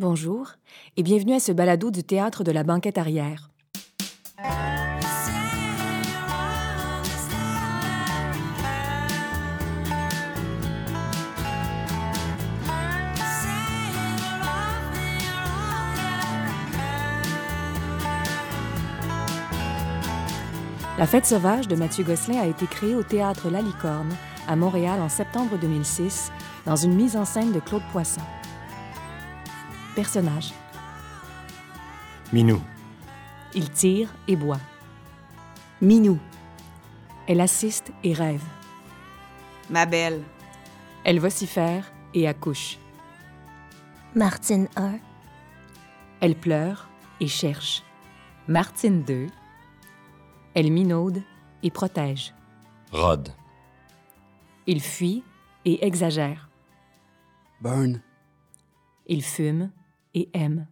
Bonjour et bienvenue à ce balado du Théâtre de la Banquette Arrière. La Fête sauvage de Mathieu Gosselin a été créée au Théâtre La Licorne, à Montréal en septembre 2006, dans une mise en scène de Claude Poisson. Personnages. Minou. Il tire et boit. Minou. Elle assiste et rêve. Ma belle. Elle vocifère et accouche. Martine 1. Elle pleure et cherche. Martine 2. Elle minaude et protège. Rod. Il fuit et exagère. Burn. Il fume et aime.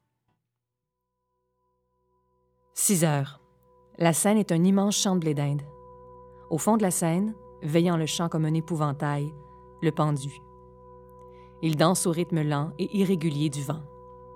6 heures. La scène est un immense champ de blé d'Inde. Au fond de la scène, veillant le champ comme un épouvantail, le pendu. Il danse au rythme lent et irrégulier du vent.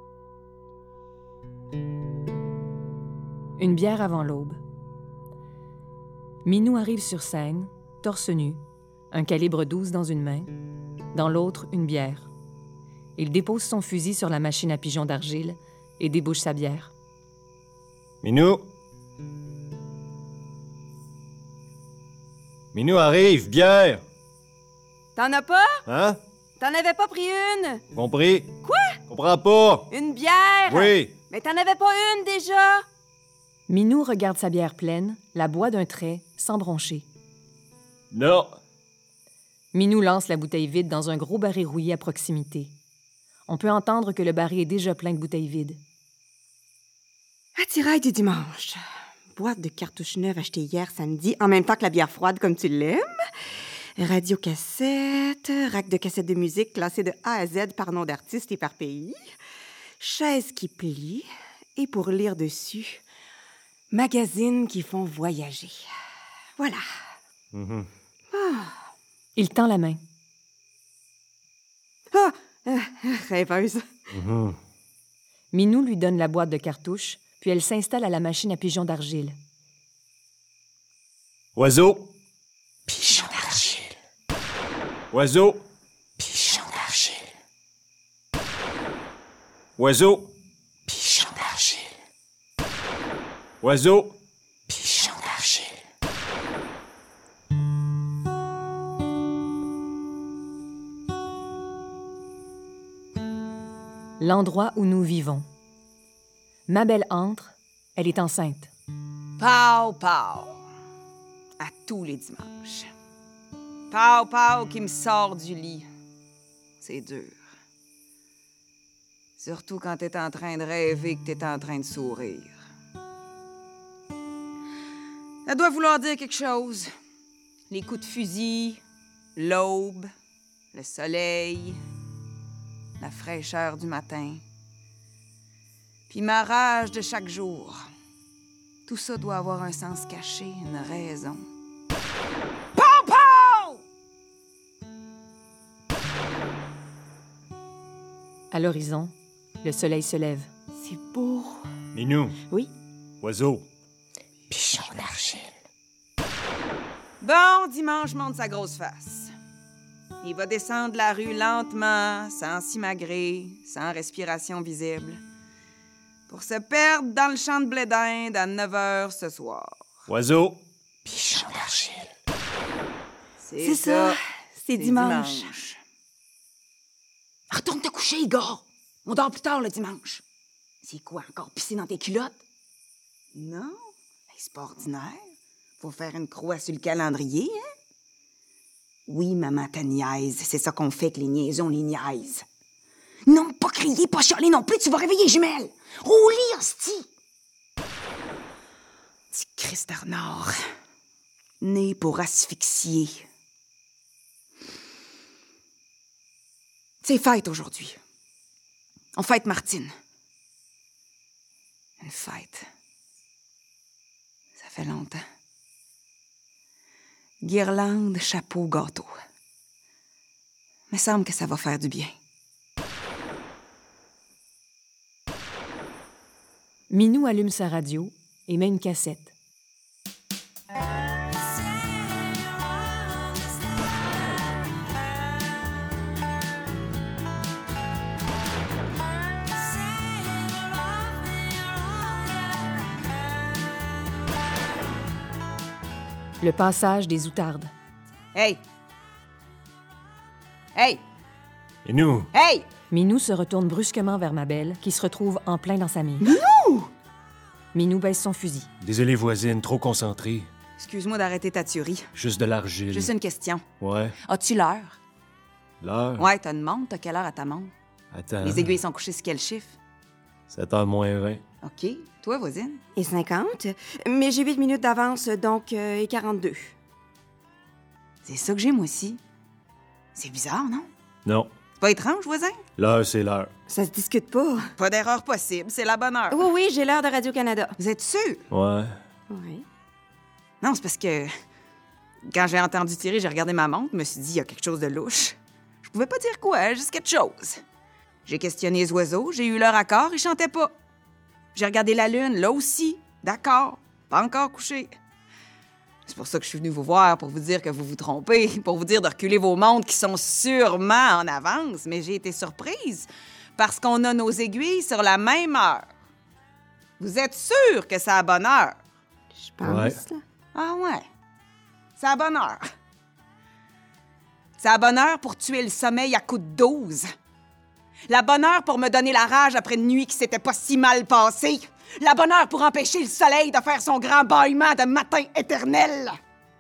Une bière avant l'aube. Minou arrive sur scène, torse nu, un calibre 12 dans une main, dans l'autre une bière. Il dépose son fusil sur la machine à pigeons d'argile et débouche sa bière. Minou. Minou arrive, bière. T'en as pas? Hein? T'en avais pas pris une? Compris? Quoi? Comprends pas? Une bière? Oui. Mais t'en avais pas une déjà? Minou regarde sa bière pleine, la boit d'un trait, sans broncher. Non. Minou lance la bouteille vide dans un gros baril rouillé à proximité. On peut entendre que le baril est déjà plein de bouteilles vides. Attirail du dimanche. Boîte de cartouches neuves achetée hier samedi, en même temps que la bière froide comme tu l'aimes. Radio-cassette, rack de cassettes de musique classées de A à Z par nom d'artiste et par pays. Chaise qui plie, et pour lire dessus, magazines qui font voyager. Voilà. Il tend la main. Ah! Rêveuse. Minou lui donne la boîte de cartouches, puis elle s'installe à la machine à pigeons d'argile. Oiseau. Pigeon d'argile. Oiseau. Pigeon d'argile. Oiseau. Pigeon d'argile. Oiseau. Pigeon d'argile. L'endroit où nous vivons. Mabel entre, elle est enceinte. Pow, pow. À tous les dimanches. Pow, pow qui me sort du lit. C'est dur. Surtout quand t'es en train de rêver que t'es en train de sourire. Ça doit vouloir dire quelque chose. Les coups de fusil, l'aube, le soleil, la fraîcheur du matin. Puis ma rage de chaque jour. Tout ça doit avoir un sens caché, une raison. Pow, pow! À l'horizon, le soleil se lève. C'est beau. Minou. Oui, Oiseau. Pigeon d'argile. Bon, dimanche monte sa grosse face. Il va descendre la rue lentement, sans s'imagrer, sans respiration visible, pour se perdre dans le champ de blé d'Inde à 9 h ce soir. Oiseau. Pigeon d'argile. C'est ça. C'est dimanche. Retourne te coucher, Igor. On dort plus tard le dimanche. C'est quoi, encore pisser dans tes culottes? Non, c'est pas ordinaire. Faut faire une croix sur le calendrier, hein? Oui, maman, ta niaise. C'est ça qu'on fait avec les niaisons, les niaises. Non, pas crier, pas chialer non plus, tu vas réveiller les jumelles. Au lit, hostie! Petit Christ Arnard. Né pour asphyxier. C'est fête aujourd'hui. On fête Martine. Une fête. Ça fait longtemps. Guirlande, chapeau, gâteau. Me semble que ça va faire du bien. Minou allume sa radio et met une cassette. Le passage des outardes. Hey! Hey! Et nous? Hey! Minou se retourne brusquement vers Mabel, qui se retrouve en plein dans sa mire. Minou! Minou baisse son fusil. Désolé, voisine, trop concentré. Excuse-moi d'arrêter ta tuerie. Juste de l'argile. Juste une question. Ouais. As-tu l'heure? L'heure? Ouais, t'as une montre. T'as quelle heure à ta montre? Attends. Les aiguilles sont couchées sur quel chiffre? 7h moins 20. OK. Toi, voisine? Et 50. Mais j'ai 8 minutes d'avance, donc et 42. C'est ça que j'ai, moi aussi. C'est bizarre, non? Non. C'est pas étrange, voisin? L'heure, c'est l'heure. Ça se discute pas. Pas d'erreur possible, c'est la bonne heure. Oui, oui, j'ai l'heure de Radio-Canada. Vous êtes sûr? Ouais. Oui. Non, c'est parce que quand j'ai entendu tirer, j'ai regardé ma montre, je me suis dit, il y a quelque chose de louche. Je pouvais pas dire quoi, juste quelque chose. J'ai questionné les oiseaux, j'ai eu leur accord, ils chantaient pas. J'ai regardé la lune, là aussi, d'accord, pas encore couché. C'est pour ça que je suis venue vous voir, pour vous dire que vous vous trompez, pour vous dire de reculer vos montres qui sont sûrement en avance, mais j'ai été surprise parce qu'on a nos aiguilles sur la même heure. Vous êtes sûr que c'est à bonne heure? Je pense, Ouais. là. Ah ouais. C'est à bonne heure. C'est à bonne heure pour tuer le sommeil à coups de 12. La bonne heure pour me donner la rage après une nuit qui s'était pas si mal passée. La bonne heure pour empêcher le soleil de faire son grand bâillement de matin éternel.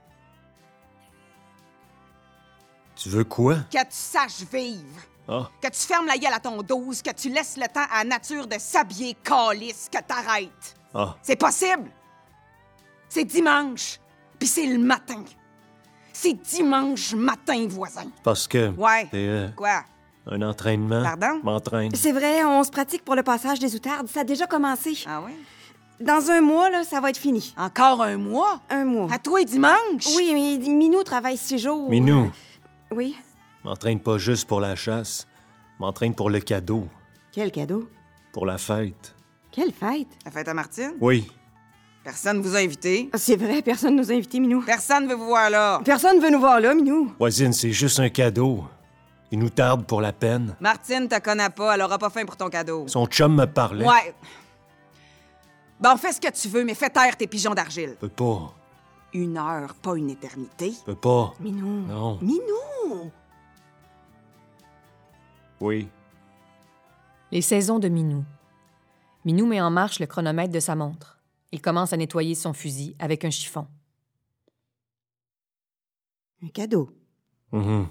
Tu veux quoi? Que tu saches vivre. Ah. Que tu fermes la gueule à ton 12, que tu laisses le temps à la nature de s'habiller calice, que t'arrêtes. Ah. C'est possible. C'est dimanche, puis c'est le matin. C'est dimanche matin, voisin. Parce que. Ouais. C'est Quoi? un entraînement. Pardon? M'entraîne. C'est vrai, on se pratique pour le passage des outardes. Ça a déjà commencé. Ah oui? Dans un mois, là, ça va être fini. Encore un mois? Un mois. À toi et dimanche? Oui, mais Minou travaille 6 jours. Minou, Oui. m'entraîne pas juste pour la chasse. M'entraîne pour le cadeau. Quel cadeau? Pour la fête. Quelle fête? La fête à Martine? Oui. Personne vous a invité. Ah, c'est vrai, personne nous a invités, Minou. Personne veut vous voir là. Personne veut nous voir là, Minou. Voisine, c'est juste un cadeau. Il nous tarde pour la peine. Martine te connaît pas, elle aura pas faim pour ton cadeau. Son chum me parlait. Ouais. Bon, fais ce que tu veux, mais fais taire tes pigeons d'argile. Peut pas. 1 heure, pas une éternité. Peut pas. Minou. Non. Minou! Oui. Les saisons de Minou. Minou met en marche le chronomètre de sa montre. Il commence à nettoyer son fusil avec un chiffon. Un cadeau. Mhm.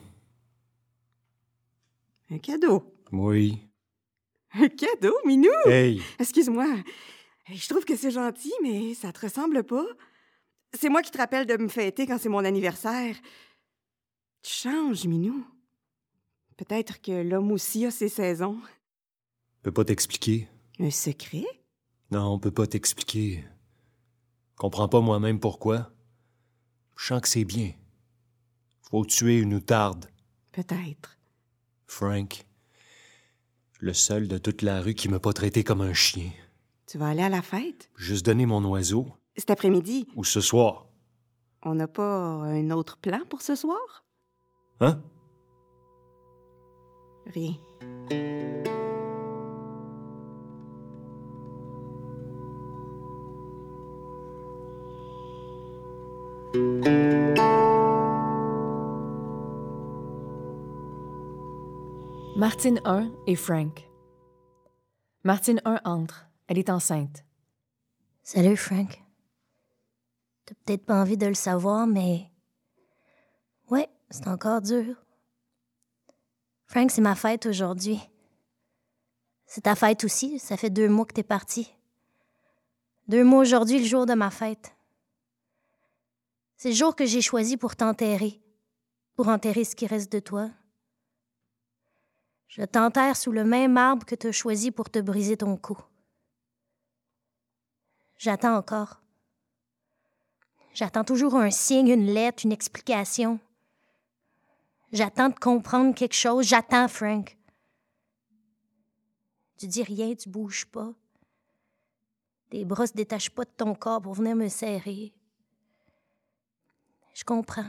Un cadeau. Oui. Un cadeau, Minou? Hey. Excuse-moi. Je trouve que c'est gentil, mais ça te ressemble pas. C'est moi qui te rappelle de me fêter quand c'est mon anniversaire. Tu changes, Minou. Peut-être que l'homme aussi a ses saisons. Peut pas t'expliquer. Un secret? Non, on peut pas t'expliquer. Comprends pas moi-même pourquoi. Je sens que c'est bien. Faut tuer une outarde. Peut-être. Frank. Le seul de toute la rue qui m'a pas traité comme un chien. Tu vas aller à la fête? Juste donner mon oiseau. Cet après-midi. Ou ce soir. On n'a pas un autre plan pour ce soir? Hein? Rien. Martine 1 et Frank. Martine 1 entre. Elle est enceinte. Salut, Frank. T'as peut-être pas envie de le savoir, mais... Ouais, c'est encore dur. Frank, c'est ma fête aujourd'hui. C'est ta fête aussi, ça fait 2 mois que t'es parti. 2 mois aujourd'hui, le jour de ma fête. C'est le jour que j'ai choisi pour t'enterrer, pour enterrer ce qui reste de toi. Je t'enterre sous le même arbre que t'as choisi pour te briser ton cou. J'attends encore. J'attends toujours un signe, une lettre, une explication. J'attends de comprendre quelque chose. J'attends, Frank. Tu dis rien, tu bouges pas. Tes bras se détachent pas de ton corps pour venir me serrer. Je comprends.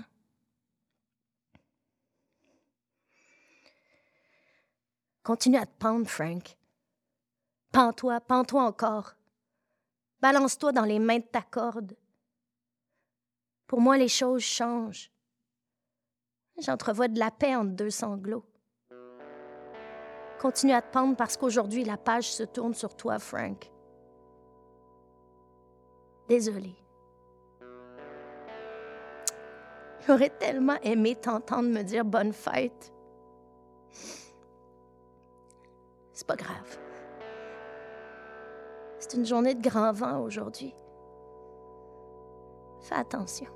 Continue à te pendre, Frank. Pends-toi encore. Balance-toi dans les mains de ta corde. Pour moi, les choses changent. J'entrevois de la paix entre deux sanglots. Continue à te pendre parce qu'aujourd'hui, la page se tourne sur toi, Frank. Désolée. J'aurais tellement aimé t'entendre me dire bonne fête. C'est pas grave. C'est une journée de grand vent aujourd'hui. Fais attention.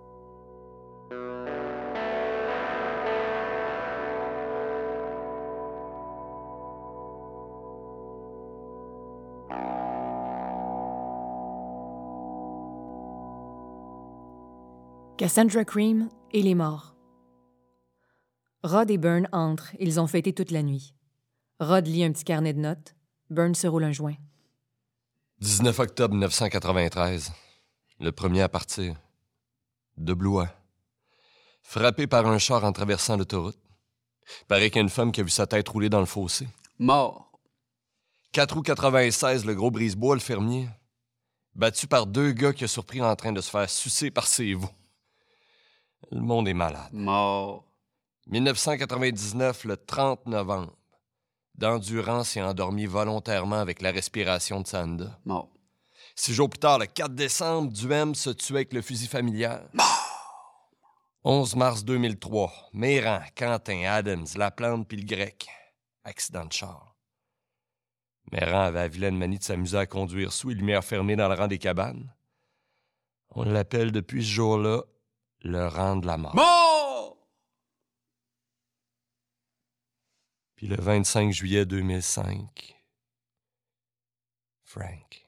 Cassandra Cream et les morts. Rod et Burn entrent. Ils ont fêté toute la nuit. Rod lit un petit carnet de notes. Burn se roule un joint. 19 octobre 1993. Le premier à partir. De Blois. Frappé par un char en traversant l'autoroute. Paraît qu'il y a une femme qui a vu sa tête rouler dans le fossé. Mort. 4 août 96, le gros Brisebois, le fermier. Battu par 2 gars qu'il a surpris en train de se faire sucer par ses veaux. Le monde est malade. Mort. 1999, le 30 novembre. D'Endurance s'est endormi volontairement avec la respiration de Sanda. Mort. 6 jours plus tard, le 4 décembre, Duhem se tue avec le fusil familial. Mort. 11 mars 2003, Méran, Quentin, Adams, Laplante puis le Grec. Accident de char. Méran avait la vilaine manie de s'amuser à conduire sous et lumière fermée dans le rang des cabanes. On l'appelle depuis ce jour-là le rang de la mort. Mort! Puis le 25 juillet 2005, Frank.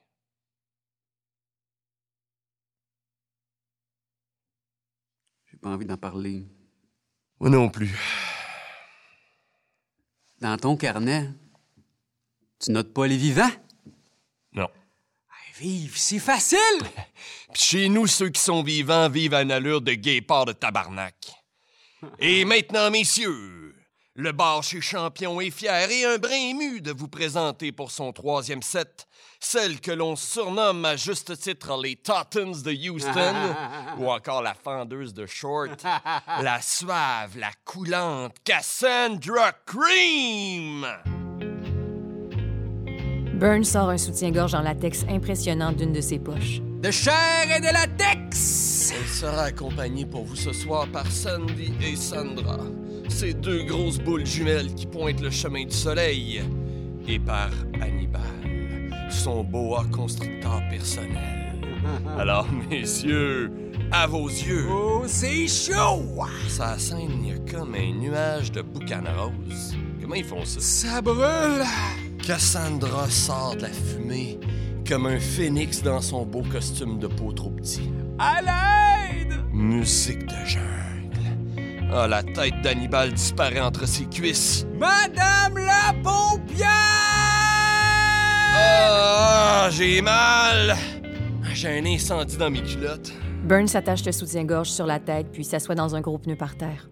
J'ai pas envie d'en parler. Moi non plus. Dans ton carnet, tu notes pas les vivants? Non. Vivre, c'est facile! Puis chez nous, ceux qui sont vivants vivent à une allure de guépard de tabarnak. Et maintenant, messieurs, le bar chez Champion est fier et un brin ému de vous présenter pour son 3e set celle que l'on surnomme à juste titre les Tottens de Houston ou encore la fendeuse de Short, la suave, la coulante Cassandra Cream! Burn sort un soutien-gorge en latex impressionnant d'une de ses poches. De chair et de latex! Elle sera accompagnée pour vous ce soir par Sandy et Sandra, ces 2 grosses boules jumelles qui pointent le chemin du soleil, et par Hannibal, son boa constricteur personnel. Alors, messieurs, à vos yeux. Oh, c'est chaud! Sa scène, il y a comme un nuage de boucan rose. Comment ils font ça? Ça brûle! Cassandra sort de la fumée comme un phénix dans son beau costume de peau trop petit. À l'aide! Musique de jungle. Ah, la tête d'Hannibal disparaît entre ses cuisses. Madame la paupière! Ah, j'ai mal! J'ai un incendie dans mes culottes. Burn s'attache le soutien-gorge sur la tête puis s'assoit dans un gros pneu par terre.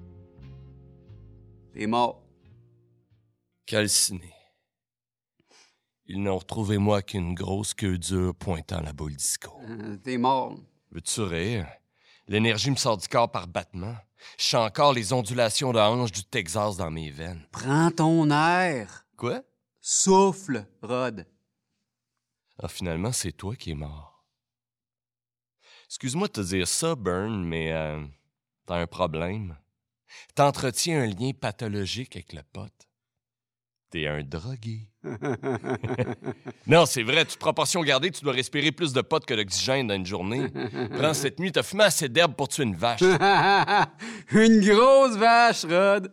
T'es mort. Calciné. Ils n'ont retrouvé moi qu'une grosse queue dure pointant la boule disco. T'es mort. Veux-tu rire? L'énergie me sort du corps par battement. Je sens encore les ondulations de hanche du Texas dans mes veines. Prends ton air. Quoi? Souffle, Rod. Ah, finalement, c'est toi qui es mort. Excuse-moi de te dire ça, Burn, mais t'as un problème. T'entretiens un lien pathologique avec le pote. T'es un drogué. Non, c'est vrai, toute proportion gardée, tu dois respirer plus de potes que d'oxygène dans une journée. Prends cette nuit, t'as fumé assez d'herbe pour tuer une vache. Une grosse vache, Rod.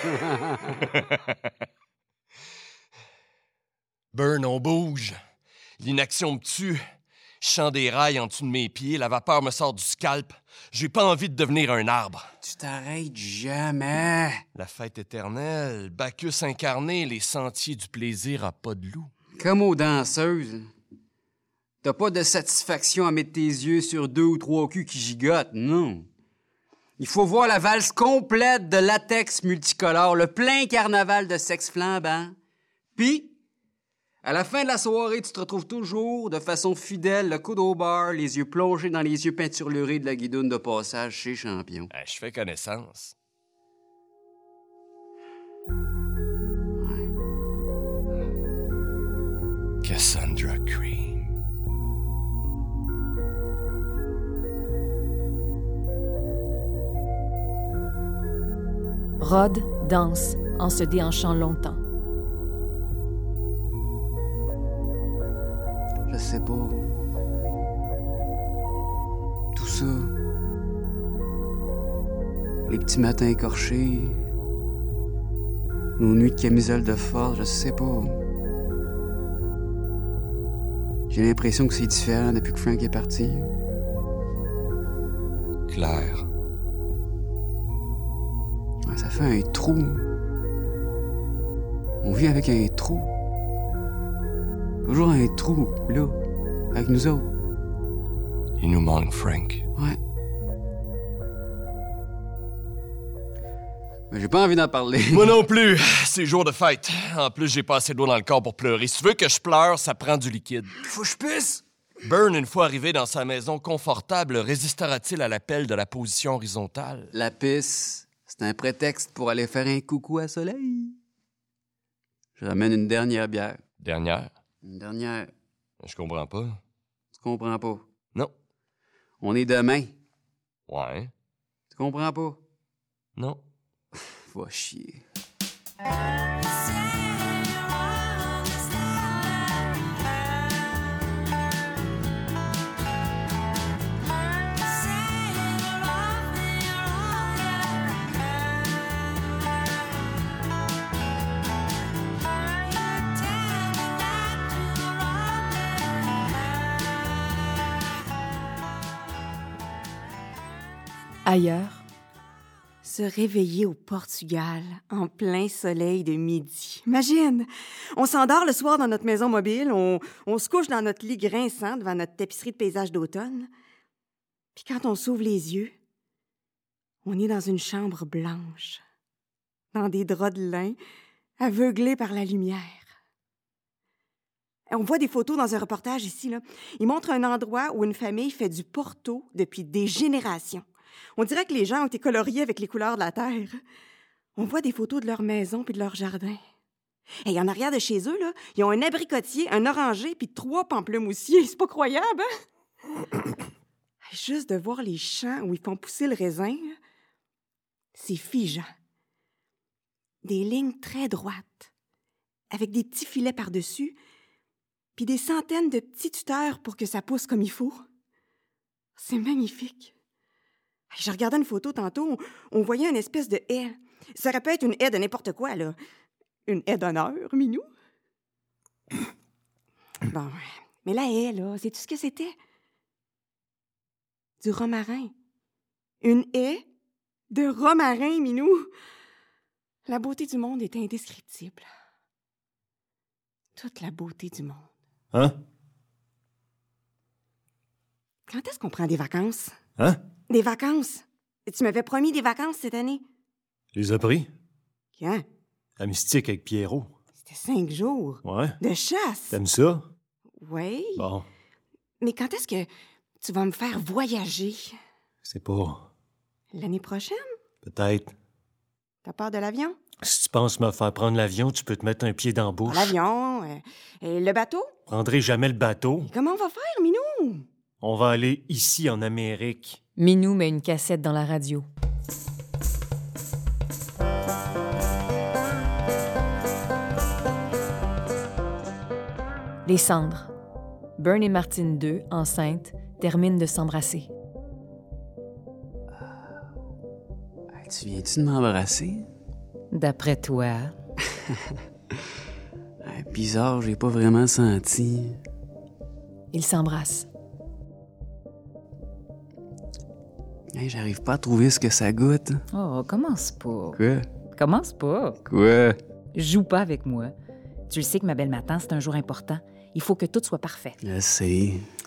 Burn, on bouge. L'inaction me tue. Je sens des rails en dessous de mes pieds, la vapeur me sort du scalp. J'ai pas envie de devenir un arbre. Tu t'arrêtes jamais. La fête éternelle, Bacchus incarné, les sentiers du plaisir à pas de loup. Comme aux danseuses. T'as pas de satisfaction à mettre tes yeux sur 2 ou 3 culs qui gigotent, non. Il faut voir la valse complète de latex multicolore, le plein carnaval de sexe flambant. Puis, à la fin de la soirée, tu te retrouves toujours, de façon fidèle, le coude au bar, les yeux plongés dans les yeux peinturlurés de la guidoune de passage chez Champion. Je fais connaissance. Ouais. Cassandra Cream. Rod danse en se déhanchant longtemps. Je sais pas. Tout ça. Les petits matins écorchés. Nos nuits de camisole de force, je sais pas. J'ai l'impression que c'est différent depuis que Frank est parti. Claire. Ouais, ça fait un trou. On vit avec un trou. Toujours un trou, là, avec nous autres. Il nous manque Frank. Ouais. Mais j'ai pas envie d'en parler. Moi non plus. C'est jour de fête. En plus, j'ai pas assez d'eau dans le corps pour pleurer. Si tu veux que je pleure, ça prend du liquide. Faut que je pisse. Burn, une fois arrivé dans sa maison confortable, résistera-t-il à l'appel de la position horizontale? La pisse, c'est un prétexte pour aller faire un coucou à soleil. Je ramène une dernière bière. Dernière? Une dernière. Je comprends pas. Tu comprends pas? Non. On est demain. Ouais. Tu comprends pas? Non. Va chier. Ailleurs, Se réveiller au Portugal, en plein soleil de midi. Imagine! On s'endort le soir dans notre maison mobile, on se couche dans notre lit grinçant devant notre tapisserie de paysage d'automne. Puis quand on s'ouvre les yeux, on est dans une chambre blanche, dans des draps de lin, aveuglés par la lumière. On voit des photos dans un reportage ici, là. Ils montrent un endroit où une famille fait du Porto depuis des générations. On dirait que les gens ont été coloriés avec les couleurs de la terre. On voit des photos de leur maison puis de leur jardin. Et en arrière de chez eux, là, ils ont un abricotier, un oranger puis 3 pamplemoussiers. C'est pas croyable, hein? Juste de voir les champs où ils font pousser le raisin, c'est figeant. Des lignes très droites, avec des petits filets par-dessus, puis des centaines de petits tuteurs pour que ça pousse comme il faut. C'est magnifique. Je regardais une photo tantôt, on voyait une espèce de haie. Ça aurait pu être une haie de n'importe quoi, là. Une haie d'honneur, Minou. Bon, mais la haie, là, sais-tu ce que c'était? Du romarin. Une haie de romarin, Minou. La beauté du monde est indescriptible. Toute la beauté du monde. Hein? Quand est-ce qu'on prend des vacances? Hein? Des vacances. Tu m'avais promis des vacances cette année. Les as pris? Quand? À Mystique avec Pierrot. C'était 5 jours. Ouais. De chasse. T'aimes ça? Oui. Bon. Mais quand est-ce que tu vas me faire voyager? C'est pas... L'année prochaine? Peut-être. T'as peur de l'avion? Si tu penses me faire prendre l'avion, tu peux te mettre un pied dans la bouche. L'avion? Et le bateau? Je prendrai jamais le bateau. Et comment on va faire, Minou? On va aller ici, en Amérique. Minou met une cassette dans la radio. Les cendres. Burn et Martine II, enceintes, terminent de s'embrasser. Tu viens-tu de m'embrasser? D'après toi? Bizarre, j'ai pas vraiment senti. Ils s'embrassent. J'arrive pas à trouver ce que ça goûte. Oh, commence pas. Quoi? Commence pas. Quoi? Joue pas avec moi. Tu le sais que ma belle matin, c'est un jour important. Il faut que tout soit parfait. Je sais.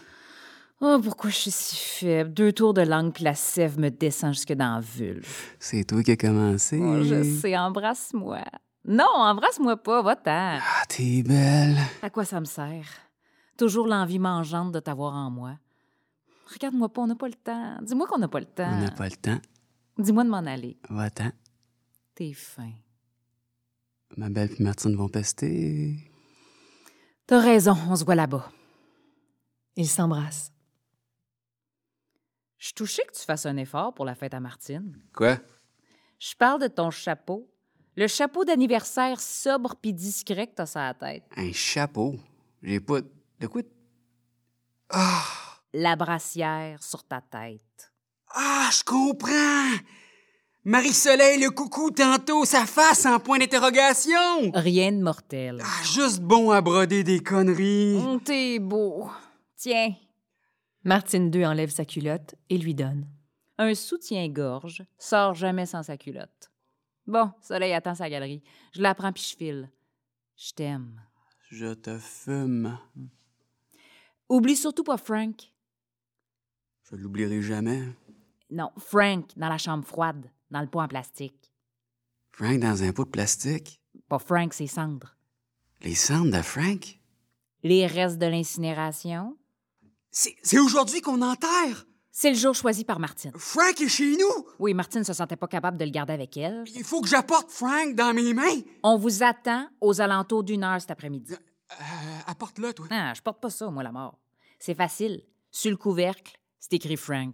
Oh, pourquoi je suis si faible? 2 tours de langue puis la sève me descend jusque dans la vulve. C'est toi qui as commencé. Oh, je sais, embrasse-moi. Non, embrasse-moi pas, va-t'en. Ah, t'es belle. À quoi ça me sert? Toujours l'envie mangeante de t'avoir en moi. Regarde-moi pas, on n'a pas le temps. Dis-moi qu'on n'a pas le temps. On n'a pas le temps. Dis-moi de m'en aller. Va-t'en. T'es fin. Ma belle puis Martine vont pester. T'as raison, on se voit là-bas. Ils s'embrassent. Je suis touchée que tu fasses un effort pour la fête à Martine. Quoi? Je parle de ton chapeau. Le chapeau d'anniversaire sobre puis discret que t'as sur la tête. Un chapeau? J'ai pas... De quoi? Ah! La brassière sur ta tête. Ah, je comprends! Marie-Soleil, le coucou, tantôt, sa face en point d'interrogation! Rien de mortel. Ah, juste bon à broder des conneries. T'es beau. Tiens. Martine 2 enlève sa culotte et lui donne. Un soutien-gorge sort jamais sans sa culotte. Bon, Soleil attend sa galerie. Je la prends puis je file. Je t'aime. Je te fume. Oublie surtout pas Frank. Je l'oublierai jamais. Non, Frank, dans la chambre froide, dans le pot en plastique. Frank dans un pot de plastique? Pas Frank, c'est cendres. Les cendres de Frank? Les restes de l'incinération. C'est aujourd'hui qu'on enterre! C'est le jour choisi par Martine. Frank est chez nous! Oui, Martine se sentait pas capable de le garder avec elle. Il faut que j'apporte Frank dans mes mains! On vous attend aux alentours d'1h cet après-midi. Apporte-le, toi. Ah, je porte pas ça, moi, la mort. C'est facile. Sur le couvercle, c'est écrit Frank.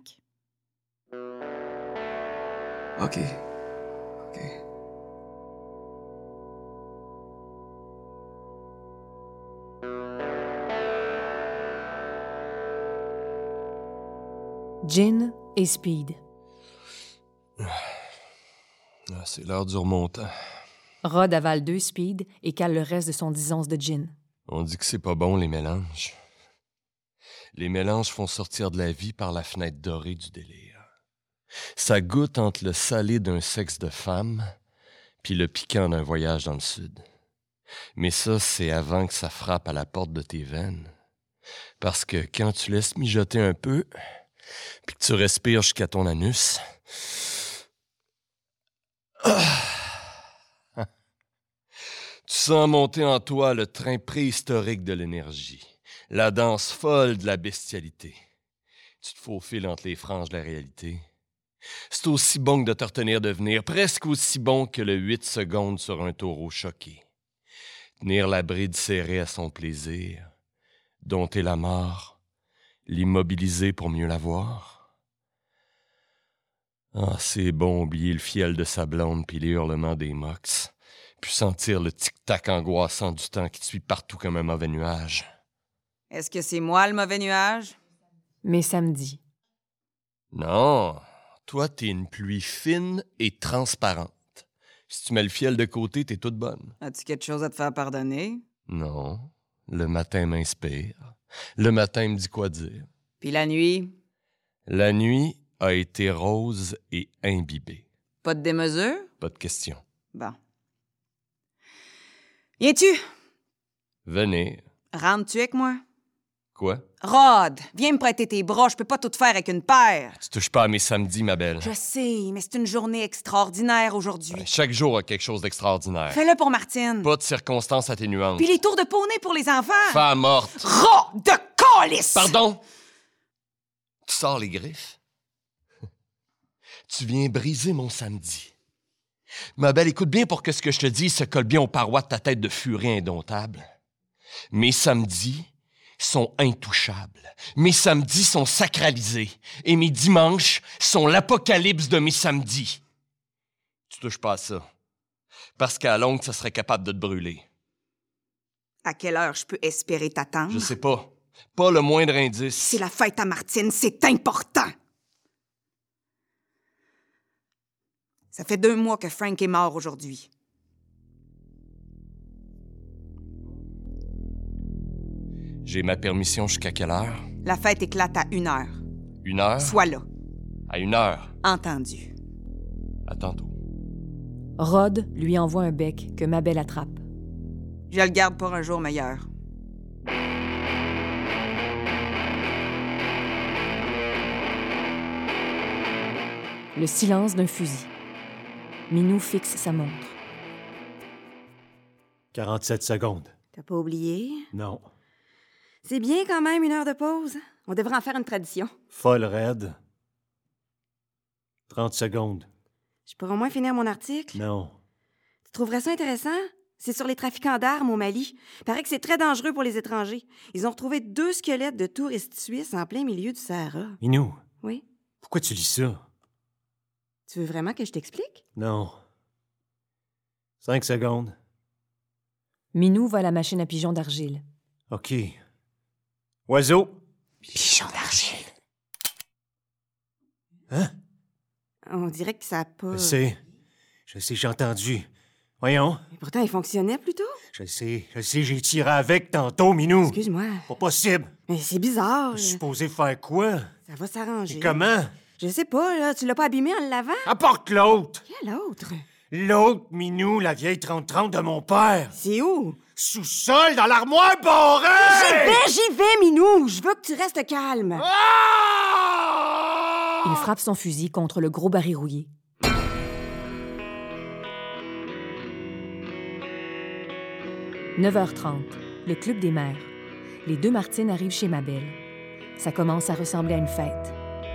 OK. Gin et Speed. C'est l'heure du remontant. Rod avale 2 Speed et cale le reste de son 10 onces de gin. On dit que c'est pas bon, les mélanges. Les mélanges font sortir de la vie par la fenêtre dorée du délire. Ça goûte entre le salé d'un sexe de femme puis le piquant d'un voyage dans le sud. Mais ça, c'est avant que ça frappe à la porte de tes veines. Parce que quand tu laisses mijoter un peu, puis que tu respires jusqu'à ton anus, tu sens monter en toi le train préhistorique de l'énergie, la danse folle de la bestialité. Tu te faufiles entre les franges de la réalité. C'est aussi bon que de te retenir de venir, presque aussi bon que le 8 secondes sur un taureau choqué. Tenir la bride serrée à son plaisir, dompter la mort, l'immobiliser pour mieux la voir. Ah, c'est bon oublier le fiel de sa blonde puis les hurlements des mox, puis sentir le tic-tac angoissant du temps qui te suit partout comme un mauvais nuage. Est-ce que c'est moi le mauvais nuage? Mais samedi. Non, toi, t'es une pluie fine et transparente. Si tu mets le fiel de côté, t'es toute bonne. As-tu quelque chose à te faire pardonner? Non, le matin m'inspire. Le matin me dit quoi dire. Puis la nuit? La nuit a été rose et imbibée. Pas de démesure? Pas de question. Bon. Viens-tu? Venez. Rentres-tu avec moi? Quoi? Rod, viens me prêter tes bras, je peux pas tout faire avec une paire. Tu touches pas à mes samedis, ma belle. Je sais, mais c'est une journée extraordinaire aujourd'hui. Chaque jour a quelque chose d'extraordinaire. Fais-le pour Martine. Pas de circonstances atténuantes. Puis les tours de poney pour les enfants. Femme morte. Rod de calice! Pardon? Tu sors les griffes? Tu viens briser mon samedi. Ma belle, écoute bien pour que ce que je te dis se colle bien aux parois de ta tête de furie indomptable. Mes samedis sont intouchables. Mes samedis sont sacralisés. Et mes dimanches sont l'apocalypse de mes samedis. Tu touches pas à ça. Parce qu'à longue, ça serait capable de te brûler. À quelle heure je peux espérer t'attendre? Je sais pas. Pas le moindre indice. C'est la fête à Martine, c'est important. Ça fait 2 mois que Frank est mort aujourd'hui. J'ai ma permission jusqu'à quelle heure? La fête éclate à 1h. 1 heure? Sois là. À 1 heure. Entendu. À tantôt. Rod lui envoie un bec que Mabel attrape. Je le garde pour un jour meilleur. Le silence d'un fusil. Minou fixe sa montre. 47 secondes. T'as pas oublié? Non. C'est bien quand même 1 heure de pause. On devrait en faire une tradition. Folle raide. 30 secondes. Je pourrais au moins finir mon article. Non. Tu trouverais ça intéressant? C'est sur les trafiquants d'armes au Mali. Paraît que c'est très dangereux pour les étrangers. Ils ont retrouvé 2 squelettes de touristes suisses en plein milieu du Sahara. Minou, Oui? pourquoi tu lis ça? Tu veux vraiment que je t'explique? Non. 5 secondes. Minou va à la machine à pigeons d'argile. OK. Oiseau. Pigeon d'argile. Hein? On dirait que ça a pas... Je sais, j'ai entendu. Voyons. Mais pourtant, il fonctionnait plutôt. Je sais, j'ai tiré avec tantôt, Minou. Excuse-moi. Pas possible. Mais c'est bizarre. Je suis supposé faire quoi? Ça va s'arranger. Et comment? Je sais pas, là. Tu l'as pas abîmé en le lavant? Apporte l'autre! Quel autre? L'autre, Minou, la vieille 30-30 de mon père. C'est où? Sous-sol, dans l'armoire barrée! J'y vais, Minou! Je veux que tu restes calme. Ah! Il frappe son fusil contre le gros baril rouillé. « 9h30, le club des mères. Les 2 Martines arrivent chez Mabel. Ça commence à ressembler à une fête.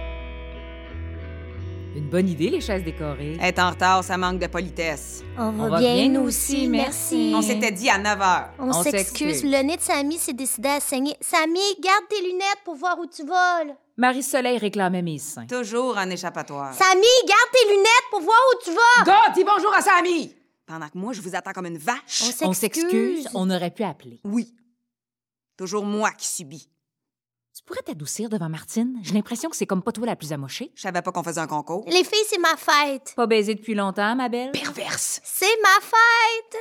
Une bonne idée, les chaises décorées. Être en retard, ça manque de politesse. On va bien, nous aussi, merci. On s'était dit à 9h. On On s'excuse, s'excuse. le nez de Samy s'est décidé à saigner. Samy, garde tes lunettes pour voir où tu voles. Marie-Soleil réclamait mes seins. Toujours en échappatoire. Samy, garde tes lunettes pour voir où tu vas. Go, dis bonjour à Samy! Pendant que moi, je vous attends comme une vache. On s'excuse, on aurait pu appeler. Oui. Toujours moi qui subis. Tu pourrais t'adoucir devant Martine? J'ai l'impression que c'est comme pas toi la plus amochée. Je savais pas qu'on faisait un concours. Les filles, c'est ma fête. Pas baisé depuis longtemps, ma belle? Perverse! C'est ma fête.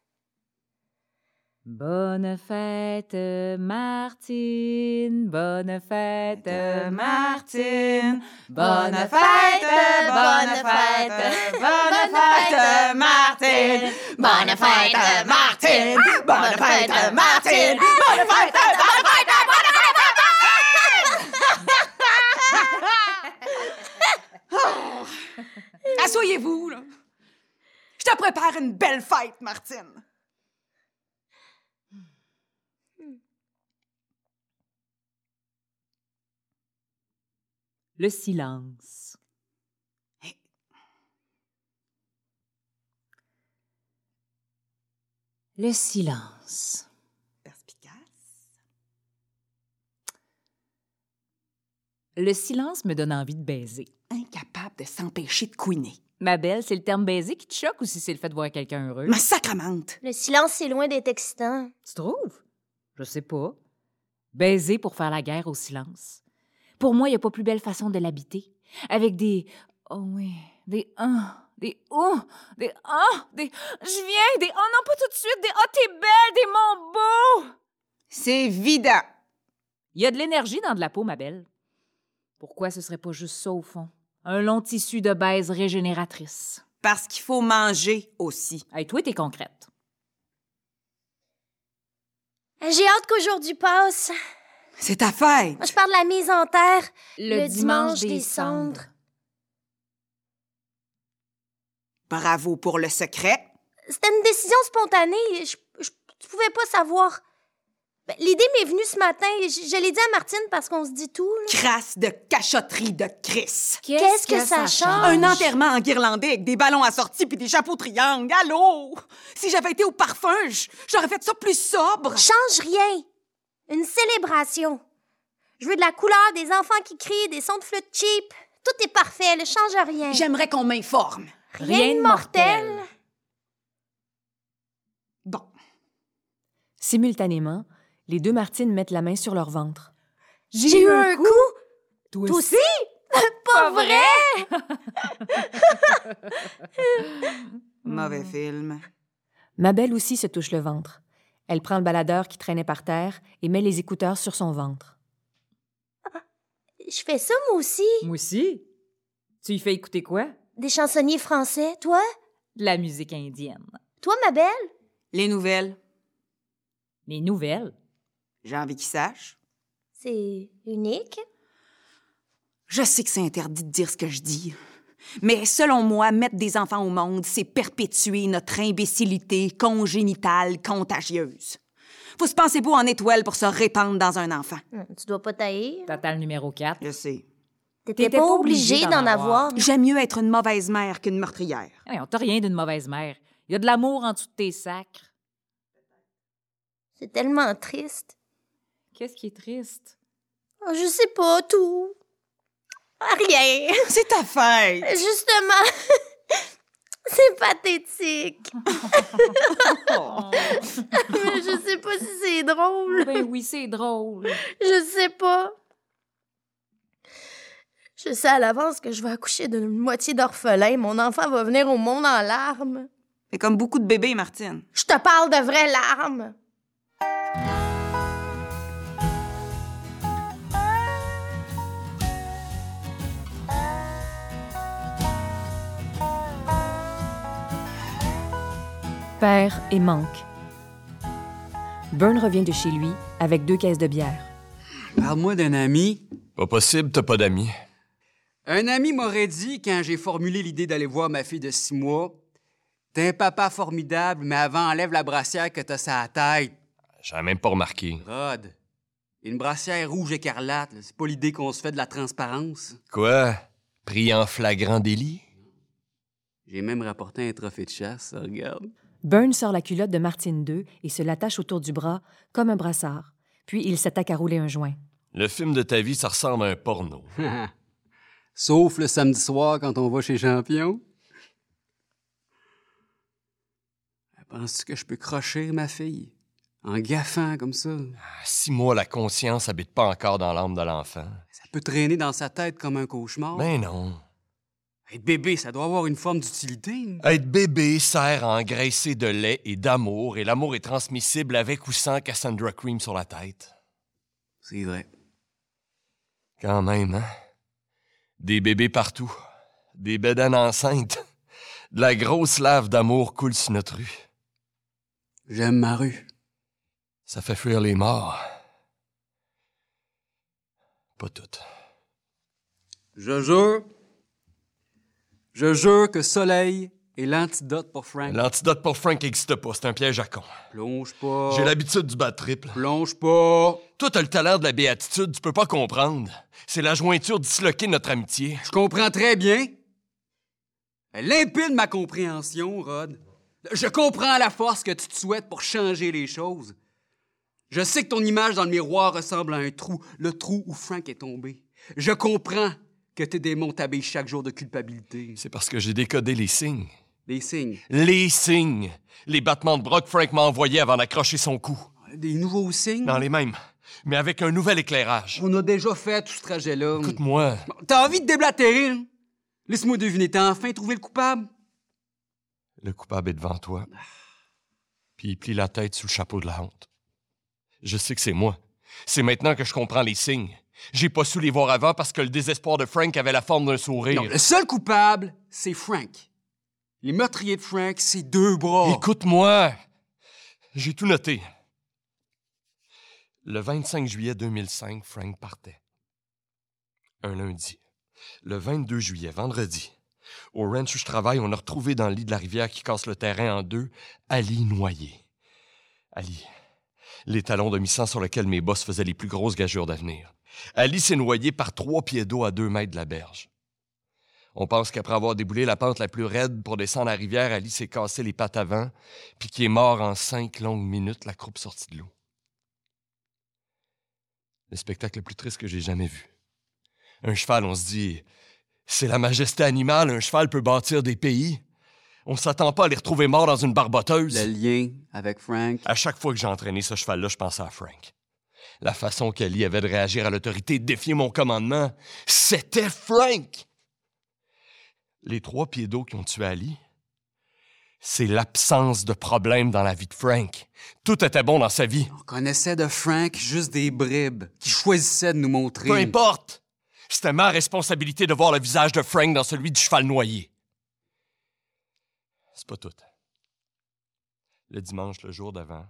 Bonne fête, Martine. Bonne fête, Martine. Bonne fête, bonne fête, bonne fête, Martine! Bonne fête, Martine! Bonne fête, Martine! Bonne fête, bonne fête, Oh! Asseyez-vous, là. Je te prépare une belle fête, Martine. Le silence. Le silence. Perspicace. Le silence me donne envie de baiser. Incapable de s'empêcher de couiner. Ma belle, c'est le terme baiser qui te choque ou si c'est le fait de voir quelqu'un heureux? Ma sacramente! Le silence, c'est loin d'être excitant. Tu trouves? Je sais pas. Baiser pour faire la guerre au silence. Pour moi, il n'y a pas plus belle façon de l'habiter. Avec des « oh oui », des « des « oh », des « ah », des « je viens », des « oh non, pas tout de suite », des « oh, t'es belle », des « mon beau ». C'est évident. Il y a de l'énergie dans de la peau, ma belle. Pourquoi ce serait pas juste ça, au fond? Un long tissu de baise régénératrice. Parce qu'il faut manger aussi. Hey, toi, t'es concrète. J'ai hâte qu'aujourd'hui passe. C'est ta fête. Moi, je parle de la mise en terre. Le dimanche des cendres. Bravo pour le secret. C'était une décision spontanée. Je pouvais pas savoir. Ben, l'idée m'est venue ce matin. Je l'ai dit à Martine parce qu'on se dit tout. Là. Crasse de cachotterie de Chris. Qu'est-ce que ça change? Un enterrement en guirlandais avec des ballons assortis puis des chapeaux triangles. Allô? Si j'avais été au parfum, j'aurais fait ça plus sobre. Change rien. Une célébration. Je veux de la couleur, des enfants qui crient, des sons de flûte cheap. Tout est parfait, ne change rien. J'aimerais qu'on m'informe. Rien de mortel. Bon. Simultanément, les 2 Martines mettent la main sur leur ventre. J'ai eu un coup? Toi Toi aussi? Pas vrai? Mauvais film. Mabel aussi se touche le ventre. Elle prend le baladeur qui traînait par terre et met les écouteurs sur son ventre. Je fais ça, moi aussi. Moi aussi. Tu y fais écouter quoi? Des chansonniers français. Toi? De la musique indienne. Toi, ma belle? Les nouvelles. Les nouvelles. J'ai envie qu'ils sachent. C'est unique. Je sais que c'est interdit de dire ce que je dis, Mais selon moi, mettre des enfants au monde, c'est perpétuer notre imbécilité congénitale contagieuse. Faut se penser beau en étoile pour se répandre dans un enfant. Tu dois pas tailler. Total numéro 4. Je sais. T'étais pas obligée d'en avoir. J'aime mieux être une mauvaise mère qu'une meurtrière. Hey, on t'a rien d'une mauvaise mère. Il y a de l'amour en dessous de tes sacres. C'est tellement triste. Qu'est-ce qui est triste? Oh, je sais pas, tout. Rien. C'est ta fête! Justement, c'est pathétique. Mais je sais pas si c'est drôle. Ben oui, c'est drôle. Je sais pas. Je sais à l'avance que je vais accoucher d'une moitié d'orphelin. Mon enfant va venir au monde en larmes. C'est comme beaucoup de bébés, Martine. Je te parle de vraies larmes. Père et manque. Burn revient de chez lui avec 2 caisses de bière. Parle-moi d'un ami. Pas possible, t'as pas d'amis. Un ami m'aurait dit, quand j'ai formulé l'idée d'aller voir ma fille de 6 mois, « T'es un papa formidable, mais avant, enlève la brassière que t'as sur la tête. J'avais même pas remarqué. » Rod, une brassière rouge écarlate, c'est pas l'idée qu'on se fait de la transparence. Quoi? Pris en flagrant délit? J'ai même rapporté un trophée de chasse, regarde. Burn sort la culotte de Martine II et se l'attache autour du bras comme un brassard. Puis il s'attaque à rouler un joint. Le film de ta vie, ça ressemble à un porno. Sauf le samedi soir quand on va chez Champion. Penses-tu que je peux crocher ma fille? En gaffant comme ça? 6 mois, la conscience habite pas encore dans l'âme de l'enfant. Ça peut traîner dans sa tête comme un cauchemar. Ben non. Être bébé, ça doit avoir une forme d'utilité. Être bébé sert à engraisser de lait et d'amour, et l'amour est transmissible avec ou sans Cassandra Cream sur la tête. C'est vrai. Quand même, hein? Des bébés partout. Des bédanes enceintes. De la grosse lave d'amour coule sur notre rue. J'aime ma rue. Ça fait fuir les morts. Pas toutes. Je jure que Soleil est l'antidote pour Frank. L'antidote pour Frank n'existe pas, c'est un piège à con. Plonge pas. J'ai l'habitude du bas triple. Plonge pas. Toi, t'as le talent de la béatitude, tu peux pas comprendre. C'est la jointure disloquée de notre amitié. Je comprends très bien. Elle impide ma compréhension, Rod. Je comprends la force que tu te souhaites pour changer les choses. Je sais que ton image dans le miroir ressemble à un trou, le trou où Frank est tombé. Je comprends que tes démons t'habillent chaque jour de culpabilité. C'est parce que j'ai décodé les signes. Les signes? Les signes! Les battements de bras que Frank m'a envoyés avant d'accrocher son cou. Des nouveaux signes? Non, les mêmes, mais avec un nouvel éclairage. On a déjà fait tout ce trajet-là. Écoute-moi. Bon, t'as envie de déblatérer, hein? Laisse-moi deviner, t'as enfin trouvé le coupable? Le coupable est devant toi. Puis il plie la tête sous le chapeau de la honte. Je sais que c'est moi. C'est maintenant que je comprends les signes. J'ai pas su les voir avant parce que le désespoir de Frank avait la forme d'un sourire. Non, le seul coupable, c'est Frank. Les meurtriers de Frank, c'est 2 bras. Écoute-moi! J'ai tout noté. Le 25 juillet 2005, Frank partait. Un lundi. Le 22 juillet, vendredi, au ranch où je travaille, on a retrouvé dans le lit de la rivière qui casse le terrain en 2, Ali noyé. Ali, l'étalon de mi-sang sur lequel mes boss faisaient les plus grosses gageures d'avenir. Ali s'est noyé par 3 pieds d'eau à 2 mètres de la berge. On pense qu'après avoir déboulé la pente la plus raide pour descendre la rivière, Ali s'est cassé les pattes avant, puis qu'il est mort en 5 longues minutes, la croupe sortie de l'eau. Le spectacle le plus triste que j'ai jamais vu. Un cheval, on se dit, c'est la majesté animale, un cheval peut bâtir des pays. On s'attend pas à les retrouver morts dans une barboteuse. Le lien avec Frank. À chaque fois que j'ai entraîné ce cheval-là, je pensais à Frank. La façon qu'Ali avait de réagir à l'autorité et de défier mon commandement, c'était Frank! Les 3 pieds d'eau qui ont tué Ali, c'est l'absence de problème dans la vie de Frank. Tout était bon dans sa vie. On connaissait de Frank juste des bribes qui choisissaient de nous montrer. Peu importe! C'était ma responsabilité de voir le visage de Frank dans celui du cheval noyé. C'est pas tout. Le dimanche, le jour d'avant,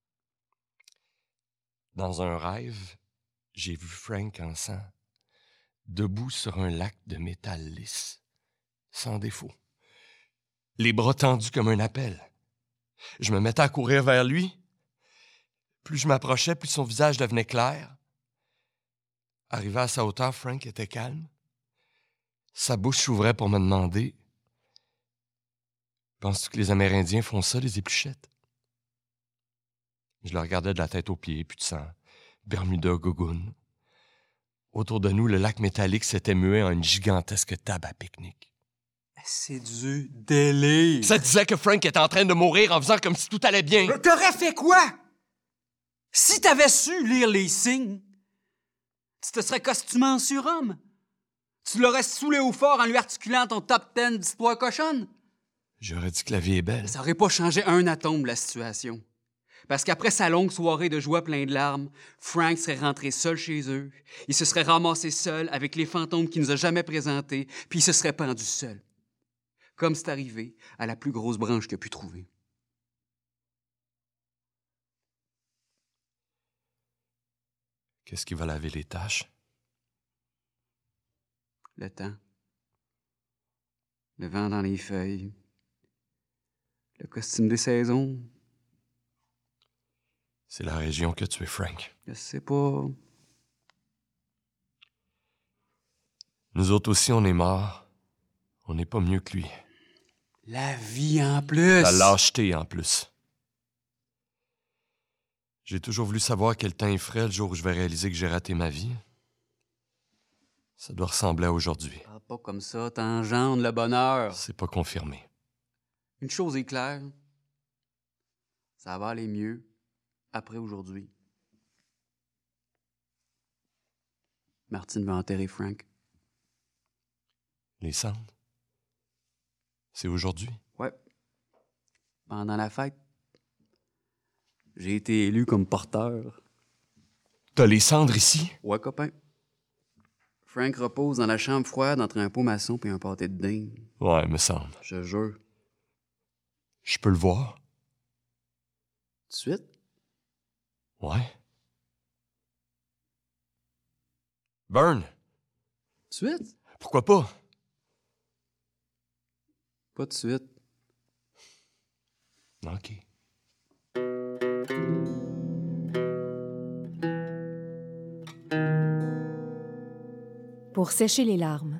dans un rêve, j'ai vu Frank en sang, debout sur un lac de métal lisse, sans défaut. Les bras tendus comme un appel. Je me mettais à courir vers lui. Plus je m'approchais, plus son visage devenait clair. Arrivé à sa hauteur, Frank était calme. Sa bouche s'ouvrait pour me demander « Penses-tu que les Amérindiens font ça, les épluchettes? » Je le regardais de la tête aux pieds, puis de sang. Bermuda, gogoune. Autour de nous, le lac métallique s'était mué en une gigantesque table à pique-nique. C'est du délire. Ça disait que Frank était en train de mourir en faisant comme si tout allait bien. T'aurais fait quoi? Si t'avais su lire les signes, tu te serais costumé en surhomme. Tu l'aurais saoulé au fort en lui articulant ton top 10 d'histoire cochonne. J'aurais dit que la vie est belle. Ça aurait pas changé un atome la situation. Parce qu'après sa longue soirée de joie plein de larmes, Frank serait rentré seul chez eux. Il se serait ramassé seul avec les fantômes qu'il nous a jamais présentés, puis il se serait pendu seul. Comme c'est arrivé à la plus grosse branche qu'il a pu trouver. Qu'est-ce qui va laver les taches? Le temps. Le vent dans les feuilles. Le costume des saisons. C'est la région que tu es, Frank. Je sais pas. Nous autres aussi, on est morts. On n'est pas mieux que lui. La vie en plus. La lâcheté en plus. J'ai toujours voulu savoir quel temps il ferait le jour où je vais réaliser que j'ai raté ma vie. Ça doit ressembler à aujourd'hui. Parle pas comme ça, t'engendres le bonheur. C'est pas confirmé. Une chose est claire. Ça va aller mieux après aujourd'hui. Martine va enterrer Frank. Les cendres? C'est aujourd'hui? Ouais. Pendant la fête. J'ai été élu comme porteur. T'as les cendres ici? Ouais, copain. Frank repose dans la chambre froide entre un pot maçon et un pâté de dinde. Ouais, me semble. Je te jure. Je peux le voir? Tout de suite? Ouais. Burn! Tout de suite? Pourquoi pas? Pas de suite. OK. Pour sécher les larmes.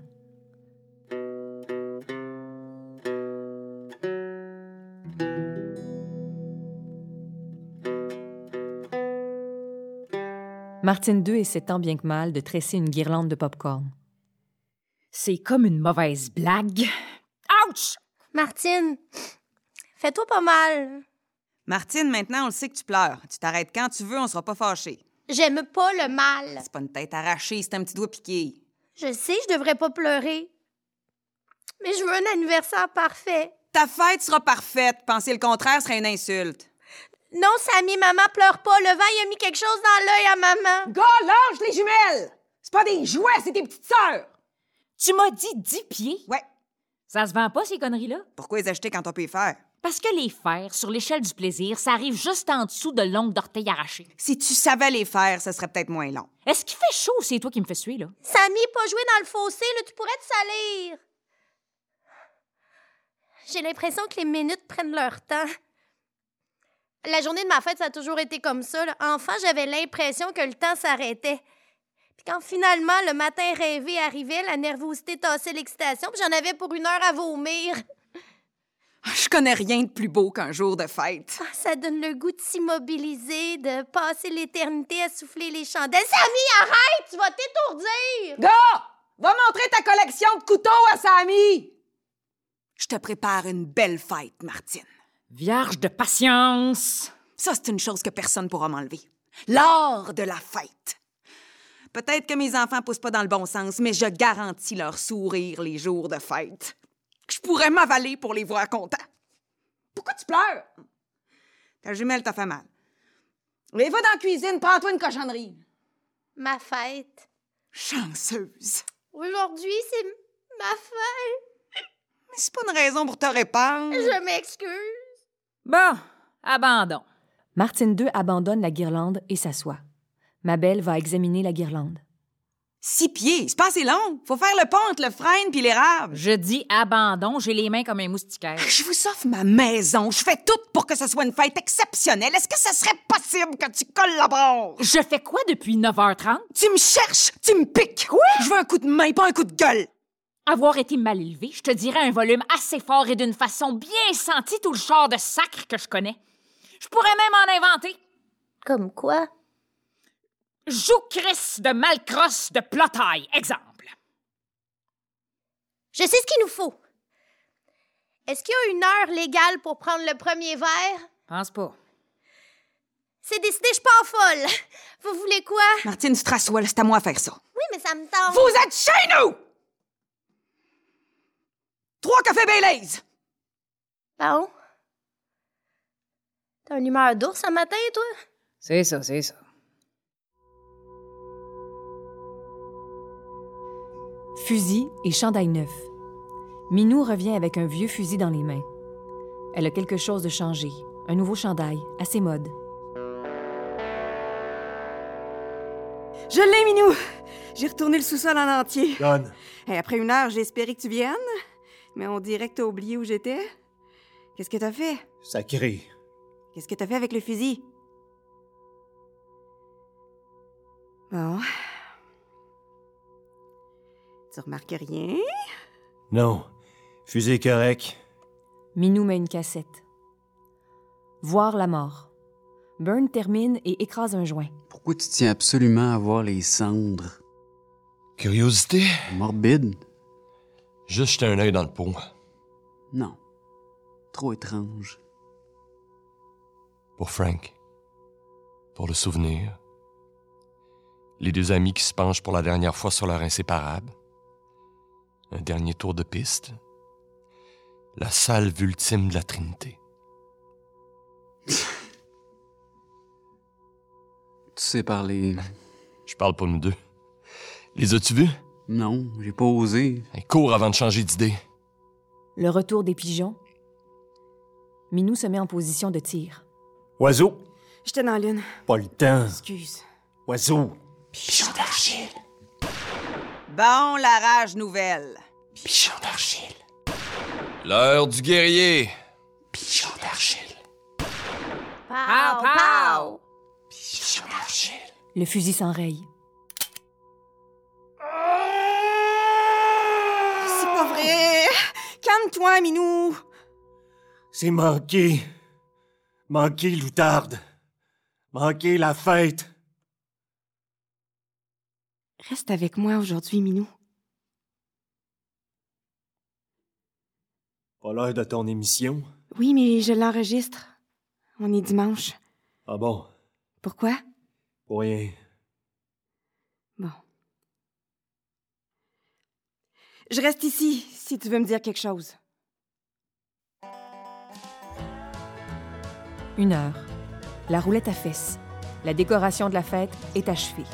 Martine II essaie tant bien que mal de tresser une guirlande de pop-corn. C'est comme une mauvaise blague. Ouch! Martine, fais-toi pas mal. Martine, maintenant, on le sait que tu pleures. Tu t'arrêtes quand tu veux, on sera pas fâchés. J'aime pas le mal. C'est pas une tête arrachée, c'est un petit doigt piqué. Je sais, je devrais pas pleurer. Mais je veux un anniversaire parfait. Ta fête sera parfaite. Penser le contraire serait une insulte. Non, Sammy, maman pleure pas. Le vent, il a mis quelque chose dans l'œil à maman. Gars, lâche les jumelles! C'est pas des jouets, c'est des petites sœurs! Tu m'as dit 10 pieds? Ouais. Ça se vend pas, ces conneries-là? Pourquoi les acheter quand on peut les faire? Parce que les faire, sur l'échelle du plaisir, ça arrive juste en dessous de l'ongle d'orteil arraché. Si tu savais les faire, ce serait peut-être moins long. Est-ce qu'il fait chaud ou c'est toi qui me fais suer, là? Sammy, pas jouer dans le fossé, là, tu pourrais te salir. J'ai l'impression que les minutes prennent leur temps. La journée de ma fête, ça a toujours été comme ça, là. Enfant, j'avais l'impression que le temps s'arrêtait. Puis quand finalement, le matin rêvé arrivait, la nervosité tassait l'excitation, puis j'en avais pour 1 heure à vomir. Je connais rien de plus beau qu'un jour de fête. Ah, ça donne le goût de s'immobiliser, de passer l'éternité à souffler les chandelles. Sammy, arrête! Tu vas t'étourdir! Gars! Va montrer ta collection de couteaux à Sammy! Je te prépare une belle fête, Martine. Vierge de patience! Ça, c'est une chose que personne ne pourra m'enlever. L'art de la fête. Peut-être que mes enfants poussent pas dans le bon sens, mais je garantis leur sourire les jours de fête. Je pourrais m'avaler pour les voir contents. Pourquoi tu pleures? Ta jumelle t'a fait mal. Mais va dans la cuisine, prends-toi une cochonnerie. Ma fête. Chanceuse. Aujourd'hui, c'est ma fête. Mais c'est pas une raison pour te répandre. Je m'excuse. Bon, abandon. Martine II abandonne la guirlande et s'assoit. Ma belle va examiner la guirlande. 6 pieds, c'est pas assez long. Faut faire le pont entre le frêne puis l'érable. Je dis abandon, j'ai les mains comme un moustiquaire. Je vous offre ma maison. Je fais tout pour que ce soit une fête exceptionnelle. Est-ce que ça serait possible que tu collabores? Je fais quoi depuis 9h30? Tu me cherches, tu me piques. Quoi? Je veux un coup de main, pas un coup de gueule. Avoir été mal élevé, je te dirais un volume assez fort et d'une façon bien sentie tout le genre de sacre que je connais. Je pourrais même en inventer. Comme quoi? Joue-Chris de Malcrosse de Plotaille, exemple. Je sais ce qu'il nous faut. Est-ce qu'il y a une heure légale pour prendre le premier verre? Pense pas. C'est décidé, je suis pas folle. Vous voulez quoi? Martine, tu te rassois, là, c'est à moi à faire ça. Oui, mais ça me tente. Vous êtes chez nous! 3 cafés Baileys! Bon. T'as une humeur d'ours ce matin, toi? C'est ça, c'est ça. Fusil et chandail neuf. Minou revient avec un vieux fusil dans les mains. Elle a quelque chose de changé. Un nouveau chandail, assez mode. Je l'ai, Minou! J'ai retourné le sous-sol en entier. Donne. Et après 1 heure, j'ai espéré que tu viennes, mais on dirait que t'as oublié où j'étais. Qu'est-ce que t'as fait? Sacré. Qu'est-ce que t'as fait avec le fusil? Bon. Tu remarques rien? Non. Fusil correct. Minou met une cassette. Voir la mort. Burn termine et écrase un joint. Pourquoi tu tiens absolument à voir les cendres? Curiosité? Morbide? Juste jeter un œil dans le pot. Non. Trop étrange. Pour Frank. Pour le souvenir. Les 2 amis qui se penchent pour la dernière fois sur leur inséparable. Un dernier tour de piste. La salve ultime de la Trinité. Tu sais parler. Je parle pour nous 2. Les as-tu vus? Non, j'ai pas osé. Hey, cours avant de changer d'idée. Le retour des pigeons. Minou se met en position de tir. Oiseau. J'étais dans l'une. Pas le temps. Excuse. Oiseau. Pigeon d'argile. Bon, la rage nouvelle. Pigeon d'argile. L'heure du guerrier. Pigeon d'argile. Pow, pow! Pigeon d'argile. Le fusil s'enraye. C'est pas vrai! Calme-toi, Minou! C'est manqué. Manqué, l'outarde. Manqué la fête. Reste avec moi aujourd'hui, Minou. Pas l'heure de ton émission? Oui, mais je l'enregistre. On est dimanche. Ah bon? Pourquoi? Pour rien. Bon. Je reste ici, si tu veux me dire quelque chose. 1 heure. La roulette à fesses. La décoration de la fête est achevée.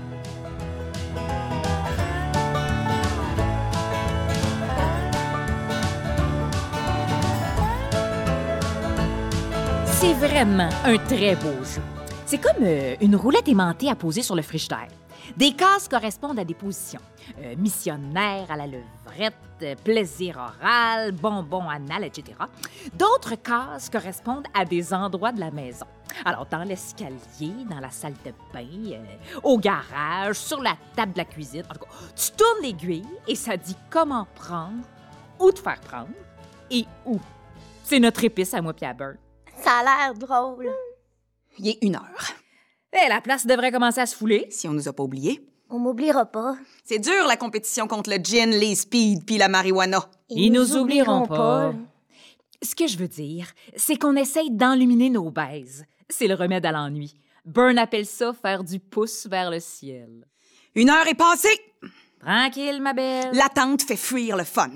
C'est vraiment un très beau jeu. C'est comme une roulette aimantée à poser sur le frigidaire. Des cases correspondent à des positions. Missionnaire à la levrette, plaisir oral, bonbon anal, etc. D'autres cases correspondent à des endroits de la maison. Alors, dans l'escalier, dans la salle de bain, au garage, sur la table de la cuisine. En tout cas, tu tournes l'aiguille et ça dit comment prendre, où te faire prendre et où. C'est notre épice à moi pis à Burn. Ça a l'air drôle. Il est 1 heure. Eh, la place devrait commencer à se fouler. Si on nous a pas oubliés. On m'oubliera pas. C'est dur, la compétition contre le gin, les speed puis la marijuana. Ils nous oublieront pas. Ce que je veux dire, c'est qu'on essaye d'enluminer nos baises. C'est le remède à l'ennui. Burn appelle ça faire du pouce vers le ciel. 1 heure est passée. Tranquille, ma belle. L'attente fait fuir le fun.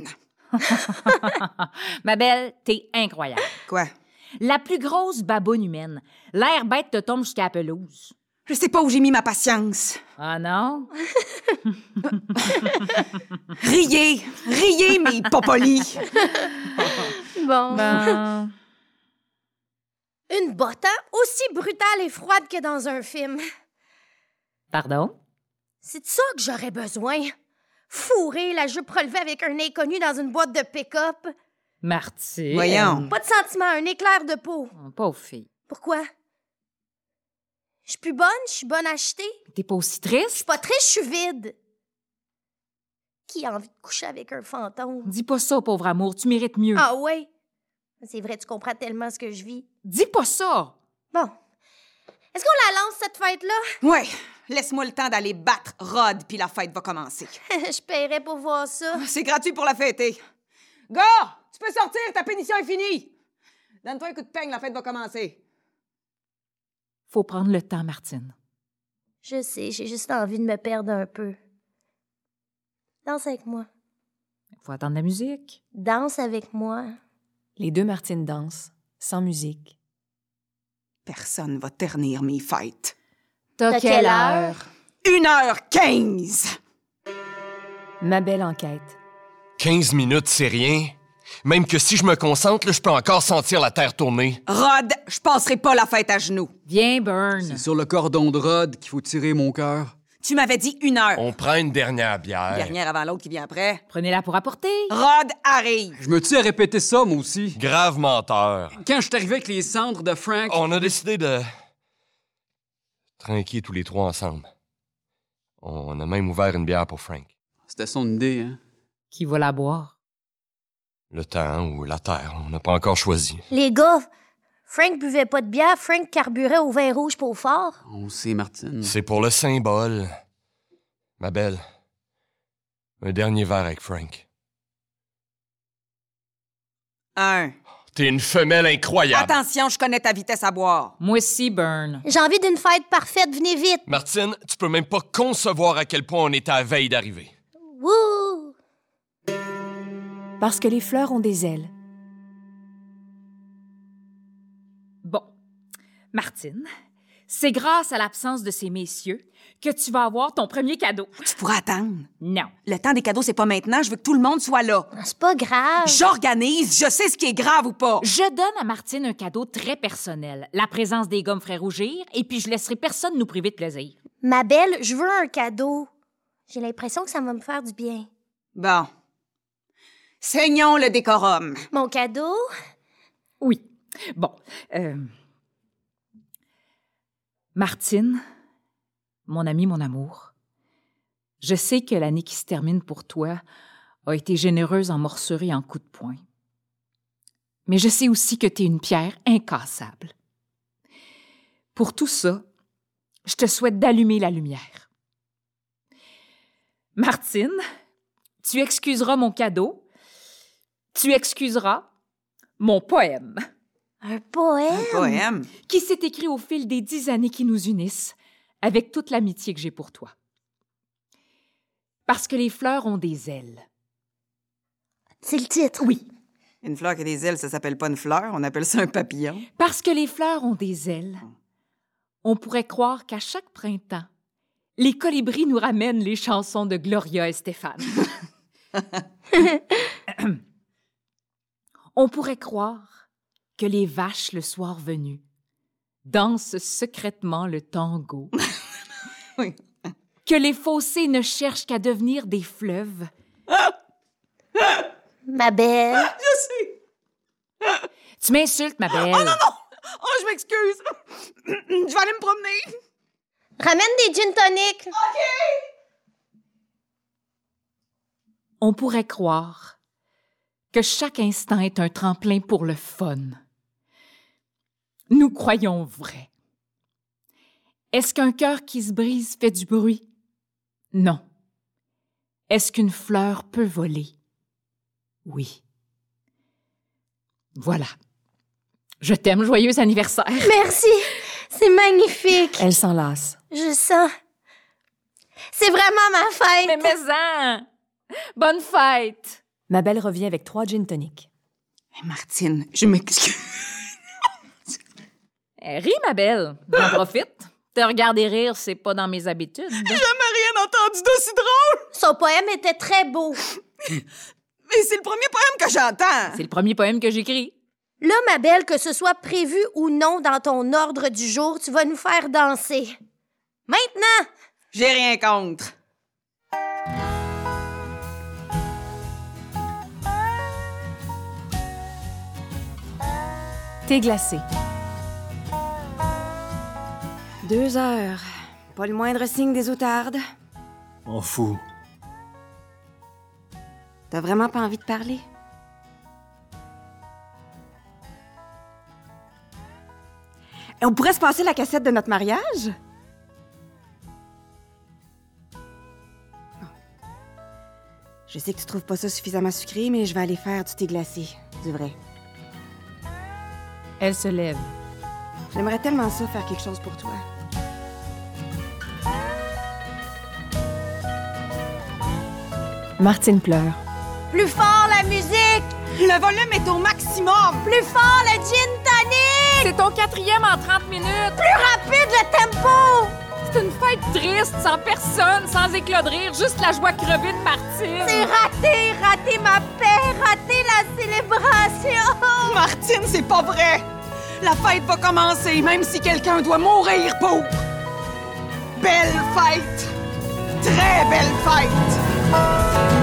Ma belle, t'es incroyable. Quoi? La plus grosse baboune humaine. L'air bête te tombe jusqu'à la pelouse. Je sais pas où j'ai mis ma patience. Ah non? Riez! Riez, mes popolis! Bon. Ben... Une botte, hein? Aussi brutale et froide que dans un film. Pardon? C'est de ça que j'aurais besoin. Fourrer la jupe relevée avec un inconnu dans une boîte de pick-up. Martine. Voyons. Pas de sentiment, un éclair de peau. Pauvre fille. Pourquoi? Je suis plus bonne, je suis bonne à acheter. T'es pas aussi Je suis triste? pas triste, je suis vide. Qui a envie de coucher avec un fantôme? Dis pas ça, pauvre amour, tu mérites mieux. Ah ouais? C'est vrai, tu comprends tellement ce que je vis. Dis pas ça! Bon. Est-ce qu'on la lance, cette fête-là? Ouais, laisse-moi le temps d'aller battre Rod, puis la fête va commencer. Je paierais pour voir ça. C'est gratuit pour la fêter. Gars, tu peux sortir, ta pénition est finie. Donne-toi un coup de peigne, la fête va commencer. Faut prendre le temps, Martine. Je sais, j'ai juste envie de me perdre un peu. Danse avec moi. Faut attendre la musique. Danse avec moi. Les deux Martines dansent, sans musique. Personne va ternir mes fêtes. T'as quelle heure? 1h15! Mabel enquête. 15 minutes, c'est rien. Même que si je me concentre, là, je peux encore sentir la terre tourner. Rod, je passerai pas la fête à genoux. Viens, Burn. C'est sur le cordon de Rod qu'il faut tirer mon cœur. Tu m'avais dit 1 heure. On prend une dernière bière. Dernière avant l'autre qui vient après. Prenez-la pour apporter. Rod arrive. Je me tue à répéter ça, moi aussi. Grave menteur. Quand je suis arrivé avec les cendres de Frank... On a décidé de trinquer tous les trois ensemble. On a même ouvert une bière pour Frank. C'était son idée, hein? Qui va la boire? Le temps ou la terre, on n'a pas encore choisi. Les gars, Frank buvait pas de bière, Frank carburait au vin rouge pour fort. On sait, Martine. C'est pour le symbole. Ma belle, un dernier verre avec Frank. 1. T'es une femelle incroyable. Attention, je connais ta vitesse à boire. Moi aussi, Burn. J'ai envie d'une fête parfaite, venez vite. Martine, tu peux même pas concevoir à quel point on était à la veille d'arriver. Wouh! Parce que les fleurs ont des ailes. Bon. Martine, c'est grâce à l'absence de ces messieurs que tu vas avoir ton premier cadeau. Tu pourras attendre. Non. Le temps des cadeaux, c'est pas maintenant. Je veux que tout le monde soit là. C'est pas grave. J'organise. Je sais ce qui est grave ou pas. Je donne à Martine un cadeau très personnel. La présence des gommes ferait rougir, et puis je laisserai personne nous priver de plaisir. Ma belle, je veux un cadeau. J'ai l'impression que ça va me faire du bien. Bon. Saignons le décorum. Mon cadeau? Oui. Bon. Martine, mon amie, mon amour, je sais que l'année qui se termine pour toi a été généreuse en morsures et en coups de poing. Mais je sais aussi que t'es une pierre incassable. Pour tout ça, je te souhaite d'allumer la lumière. Martine, tu excuseras mon cadeau. Tu excuseras mon poème. Un poème? Un poème? Qui s'est écrit au fil des 10 années qui nous unissent, avec toute l'amitié que j'ai pour toi. Parce que les fleurs ont des ailes. C'est le titre. Oui. Une fleur qui a des ailes, ça s'appelle pas une fleur, on appelle ça un papillon. Parce que les fleurs ont des ailes, on pourrait croire qu'à chaque printemps, les colibris nous ramènent les chansons de Gloria et Stéphane. On pourrait croire que les vaches, le soir venu, dansent secrètement le tango. Oui. Que les fossés ne cherchent qu'à devenir des fleuves. Ma belle. Je sais! Tu m'insultes, ma belle. Oh non, non! Oh, je m'excuse! Je vais aller me promener! Ramène des gin tonic. OK! On pourrait croire que chaque instant est un tremplin pour le fun. Nous croyons vrai. Est-ce qu'un cœur qui se brise fait du bruit? Non. Est-ce qu'une fleur peut voler? Oui. Voilà. Je t'aime, joyeux anniversaire. Merci. C'est magnifique. Elle s'enlace. Je sens. C'est vraiment ma fête. Mais bonne fête. Mabel revient avec 3 gin tonic. Hey, Martine, je m'excuse. Ris, ma belle. J'en profite. Te regarder rire, c'est pas dans mes habitudes. Jamais rien entendu d'aussi drôle! Son poème était très beau. Mais c'est le premier poème que j'entends! C'est le premier poème que j'écris. Là, ma belle, que ce soit prévu ou non dans ton ordre du jour, tu vas nous faire danser. Maintenant! J'ai rien contre. Thé glacé. 2 heures. Pas le moindre signe des outardes. M'en fous. T'as vraiment pas envie de parler? On pourrait se passer la cassette de notre mariage? Je sais que tu trouves pas ça suffisamment sucré, mais je vais aller faire du thé glacé. Du vrai. Elle se lève. J'aimerais tellement ça faire quelque chose pour toi. Martine pleure. Plus fort la musique! Le volume est au maximum. Plus fort le gin tonic! C'est ton 4e en 30 minutes! Plus rapide le tempo! C'est une fête triste, sans personne, sans éclat de rire, juste la joie crevée de Martine! C'est raté ma paix, raté la célébration! Martine, c'est pas vrai. La fête va commencer, même si quelqu'un doit mourir pour. Belle fête. Très belle fête.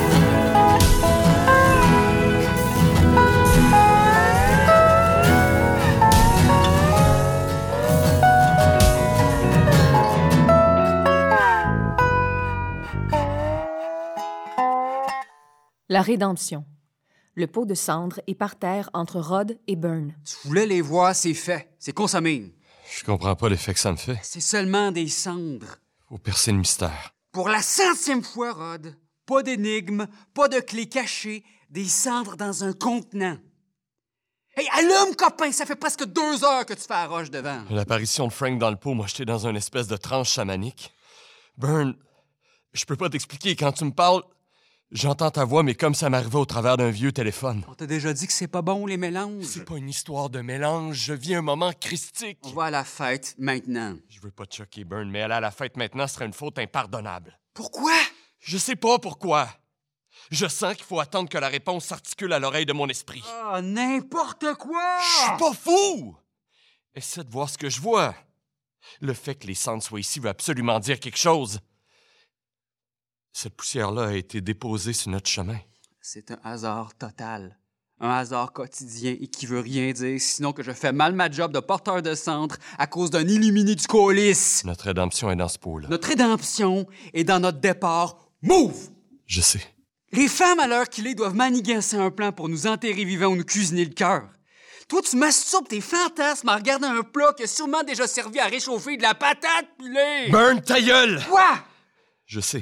La rédemption. Le pot de cendre est par terre entre Rod et Burn. Tu voulais les voir, c'est fait. C'est consommé. Je comprends pas l'effet que ça me fait. C'est seulement des cendres. Faut percer le mystère. Pour la 100e fois, Rod, pas d'énigme, pas de clé cachée, des cendres dans un contenant. Hey, allume, copain! Ça fait presque 2 heures que tu fais la roche devant. L'apparition de Frank dans le pot m'a jeté dans une espèce de transe chamanique. Burn, je peux pas t'expliquer. Quand tu me parles, j'entends ta voix, mais comme ça m'arrivait au travers d'un vieux téléphone. On t'a déjà dit que c'est pas bon, les mélanges. C'est pas une histoire de mélange. Je vis un moment christique. On va à la fête maintenant. Je veux pas te choquer, Burn, mais aller à la fête maintenant serait une faute impardonnable. Pourquoi? Je sais pas pourquoi. Je sens qu'il faut attendre que la réponse s'articule à l'oreille de mon esprit. Ah, n'importe quoi! Je suis pas fou! Essaie de voir ce que je vois. Le fait que les cendres soient ici veut absolument dire quelque chose. Cette poussière-là a été déposée sur notre chemin. C'est un hasard total. Un hasard quotidien et qui veut rien dire, sinon que je fais mal ma job de porteur de cendres à cause d'un illuminé du colis. Notre rédemption est dans ce pot-là. Notre rédemption est dans notre départ. Move! Je sais. Les femmes, à l'heure qu'il est, doivent manigancer un plan pour nous enterrer vivants ou nous cuisiner le cœur. Toi, tu masturbes tes fantasmes en regardant un plat qui a sûrement déjà servi à réchauffer de la patate pilée. Burn ta gueule! Quoi? Je sais.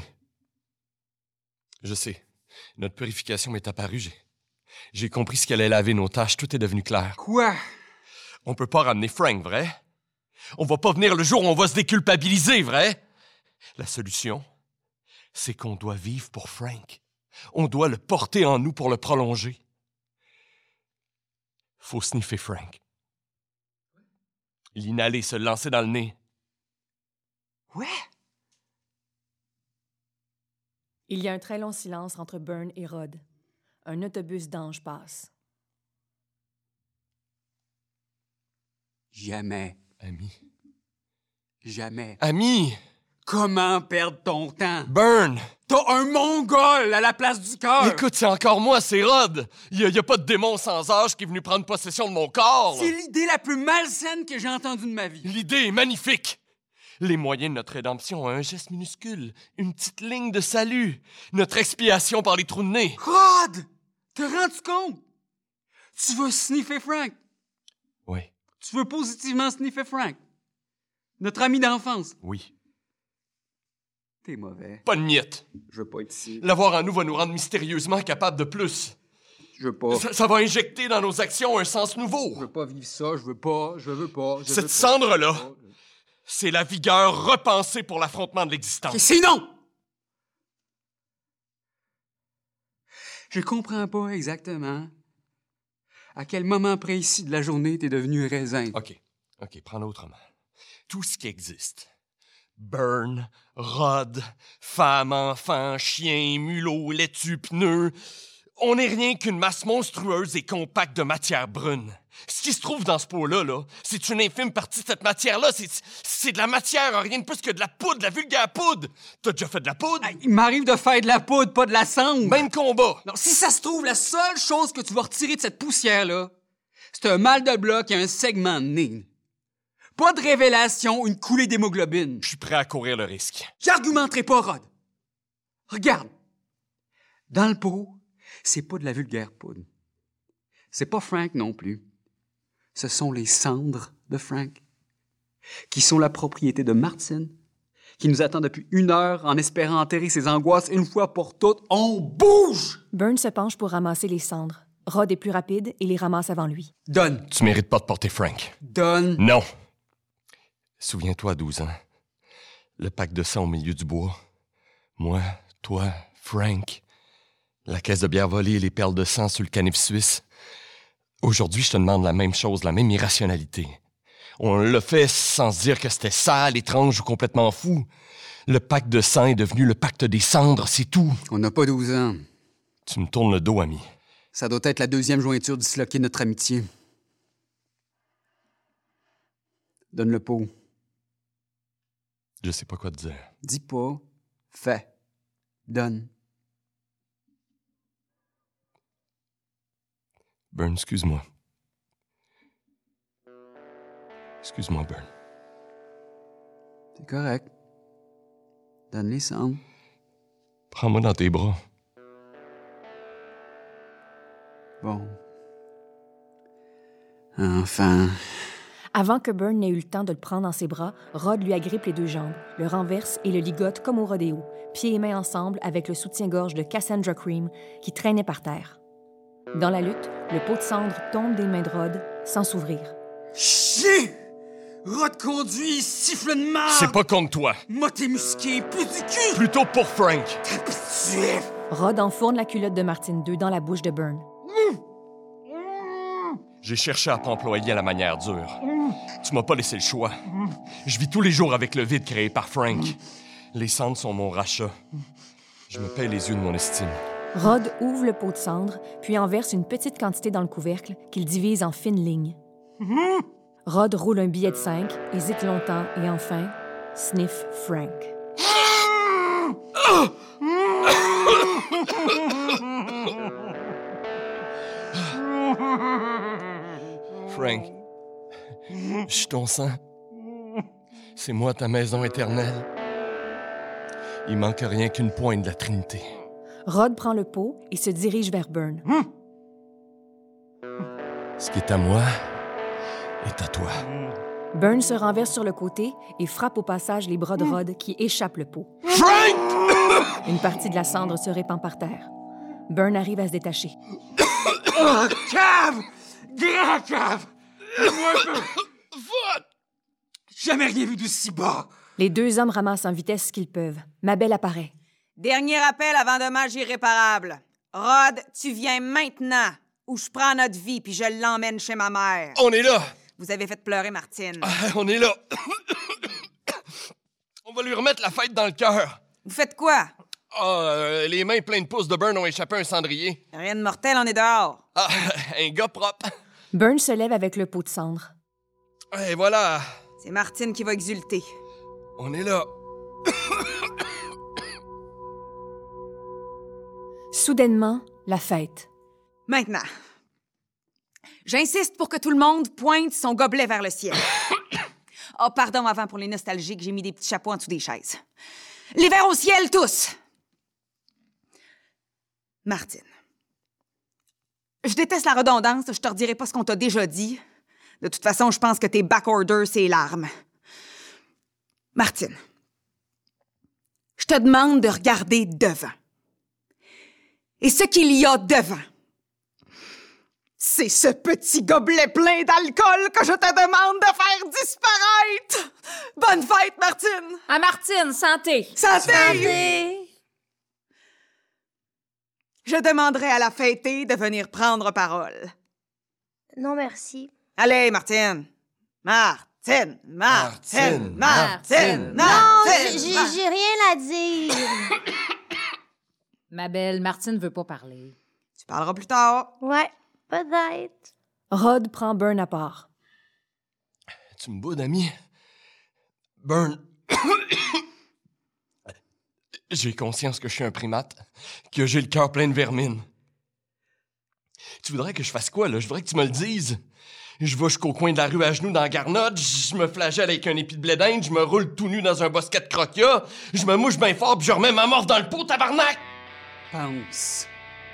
Notre purification m'est apparue. J'ai compris ce qu'allait laver nos tâches. Tout est devenu clair. Quoi? On peut pas ramener Frank, vrai? On va pas venir le jour où on va se déculpabiliser, vrai? La solution, c'est qu'on doit vivre pour Frank. On doit le porter en nous pour le prolonger. Faut sniffer Frank. L'inhaler, se le lancer dans le nez. Ouais? Il y a un très long silence entre Burn et Rod. Un autobus d'ange passe. Jamais. Ami. Jamais. Ami! Comment perdre ton temps? Burn! T'as un mongol à la place du cœur! Écoute, c'est encore moi, c'est Rod! Y a pas de démon sans âge qui est venu prendre possession de mon corps! C'est l'idée la plus malsaine que j'ai entendue de ma vie. L'idée est magnifique! Les moyens de notre rédemption ont un geste minuscule, une petite ligne de salut, notre expiation par les trous de nez. Rod! Te rends-tu compte? Tu veux sniffer Frank? Oui. Tu veux positivement sniffer Frank? Notre ami d'enfance? Oui. T'es mauvais. Pas de miette. Je veux pas être ici. L'avoir en nous va nous rendre mystérieusement capables de plus. Je veux pas. Ça va injecter dans nos actions un sens nouveau. Je veux pas vivre ça, je veux pas. Cette cendre-là, c'est la vigueur repensée pour l'affrontement de l'existence. Et sinon! Je comprends pas exactement à quel moment précis de la journée t'es devenu raisin. OK, prends-le autrement. Tout ce qui existe. Burn, Rod, femme, enfant, chien, mulot, laitue, pneu. On n'est rien qu'une masse monstrueuse et compacte de matière brune. Ce qui se trouve dans ce pot-là, c'est une infime partie de cette matière-là. C'est de la matière, rien de plus que de la poudre, de la vulgaire poudre. T'as déjà fait de la poudre? Il m'arrive de faire de la poudre, pas de la cendre. Même combat. Non, si ça se trouve, la seule chose que tu vas retirer de cette poussière-là, c'est un mal de bloc et un segment de nez. Pas de révélation, une coulée d'hémoglobine. Je suis prêt à courir le risque. J'argumenterai pas, Rod. Regarde. Dans le pot, c'est pas de la vulgaire poudre. C'est pas Frank non plus. Ce sont les cendres de Frank, qui sont la propriété de Martine, qui nous attend depuis 1 heure en espérant enterrer ses angoisses une fois pour toutes. On bouge! Burn se penche pour ramasser les cendres. Rod est plus rapide et les ramasse avant lui. Donne! Tu mérites pas de porter Frank. Donne! Non. Souviens-toi à 12 ans. Le pack de sang au milieu du bois. Moi, toi, Frank. La caisse de bière volée et les perles de sang sur le canif suisse. Aujourd'hui, je te demande la même chose, la même irrationalité. On l'a fait sans se dire que c'était sale, étrange ou complètement fou. Le pacte de sang est devenu le pacte des cendres, c'est tout. On n'a pas 12 ans. Tu me tournes le dos, ami. Ça doit être la 2e jointure disloquée de notre amitié. Donne le pot. Je sais pas quoi te dire. Dis pas. Fais. Donne. Burn, excuse-moi. Excuse-moi, Burn. C'est correct. Donne les cendres. Prends-moi dans tes bras. Bon. Enfin. Avant que Burn n'ait eu le temps de le prendre dans ses bras, Rod lui agrippe les 2 jambes, le renverse et le ligote comme au rodéo, pieds et mains ensemble avec le soutien-gorge de Cassandra Cream qui traînait par terre. Dans la lutte, le pot de cendre tombe des mains de Rod sans s'ouvrir. Chier! Rod conduit, siffle de marde! C'est pas contre toi. Moté musqué, plus du cul! Plutôt pour Frank. Rod enfourne la culotte de Martine II dans la bouche de Burn. J'ai cherché à t'employer à la manière dure. Tu m'as pas laissé le choix. Je vis tous les jours avec le vide créé par Frank. Les cendres sont mon rachat. Je me paye les yeux de mon estime. Rod ouvre le pot de cendre, puis en verse une petite quantité dans le couvercle qu'il divise en fines lignes. Rod roule un billet de 5, hésite longtemps et enfin, sniff Frank. Frank, je suis ton sang. C'est moi ta maison éternelle. Il manque rien qu'une pointe de la Trinité. Rod prend le pot et se dirige vers Burn. Ce qui est à moi est à toi. Burn se renverse sur le côté et frappe au passage les bras de Rod qui échappent le pot. Frank! Une partie de la cendre se répand par terre. Burn arrive à se détacher. Oh, cave! Grand cave! Moi, jamais rien vu d'aussi bas! Les 2 hommes ramassent en vitesse ce qu'ils peuvent. Mabel apparaît. Dernier appel avant dommage irréparable. Rod, tu viens maintenant, ou je prends notre vie puis je l'emmène chez ma mère. On est là! Vous avez fait pleurer Martine. On est là! On va lui remettre la fête dans le cœur. Vous faites quoi? Les mains pleines de pouces de Burn ont échappé à un cendrier. Rien de mortel, on est dehors. Ah, un gars propre. Burn se lève avec le pot de cendre. Et voilà. C'est Martine qui va exulter. On est là. Soudainement, la fête. Maintenant, j'insiste pour que tout le monde pointe son gobelet vers le ciel. Oh, pardon, avant pour les nostalgiques, j'ai mis des petits chapeaux en dessous des chaises. Les verres au ciel, tous! Martine, je déteste la redondance, je te redirai pas ce qu'on t'a déjà dit. De toute façon, je pense que tes back-orders, c'est larmes. Martine, je te demande de regarder devant. Et ce qu'il y a devant, c'est ce petit gobelet plein d'alcool que je te demande de faire disparaître! Bonne fête, Martine! À Martine, santé! Santé! Je demanderai à la fêtée de venir prendre parole. Non, merci. Allez, Martine! Martine! Martine! Martine! Non, Martine! j'ai rien à dire. Ma belle, Martine veut pas parler. Tu parleras plus tard. Ouais, peut-être. Rod prend Burn à part. Tu me boudes, ami? Burn. J'ai conscience que je suis un primate, que j'ai le cœur plein de vermine. Tu voudrais que je fasse quoi, là? Je voudrais que tu me le dises. Je vais jusqu'au coin de la rue à genoux dans la garnotte, je me flagelle avec un épi de blé d'Inde, je me roule tout nu dans un bosquet de croquia, je me mouche bien fort puis je remets ma morve dans le pot, tabarnak! Pense.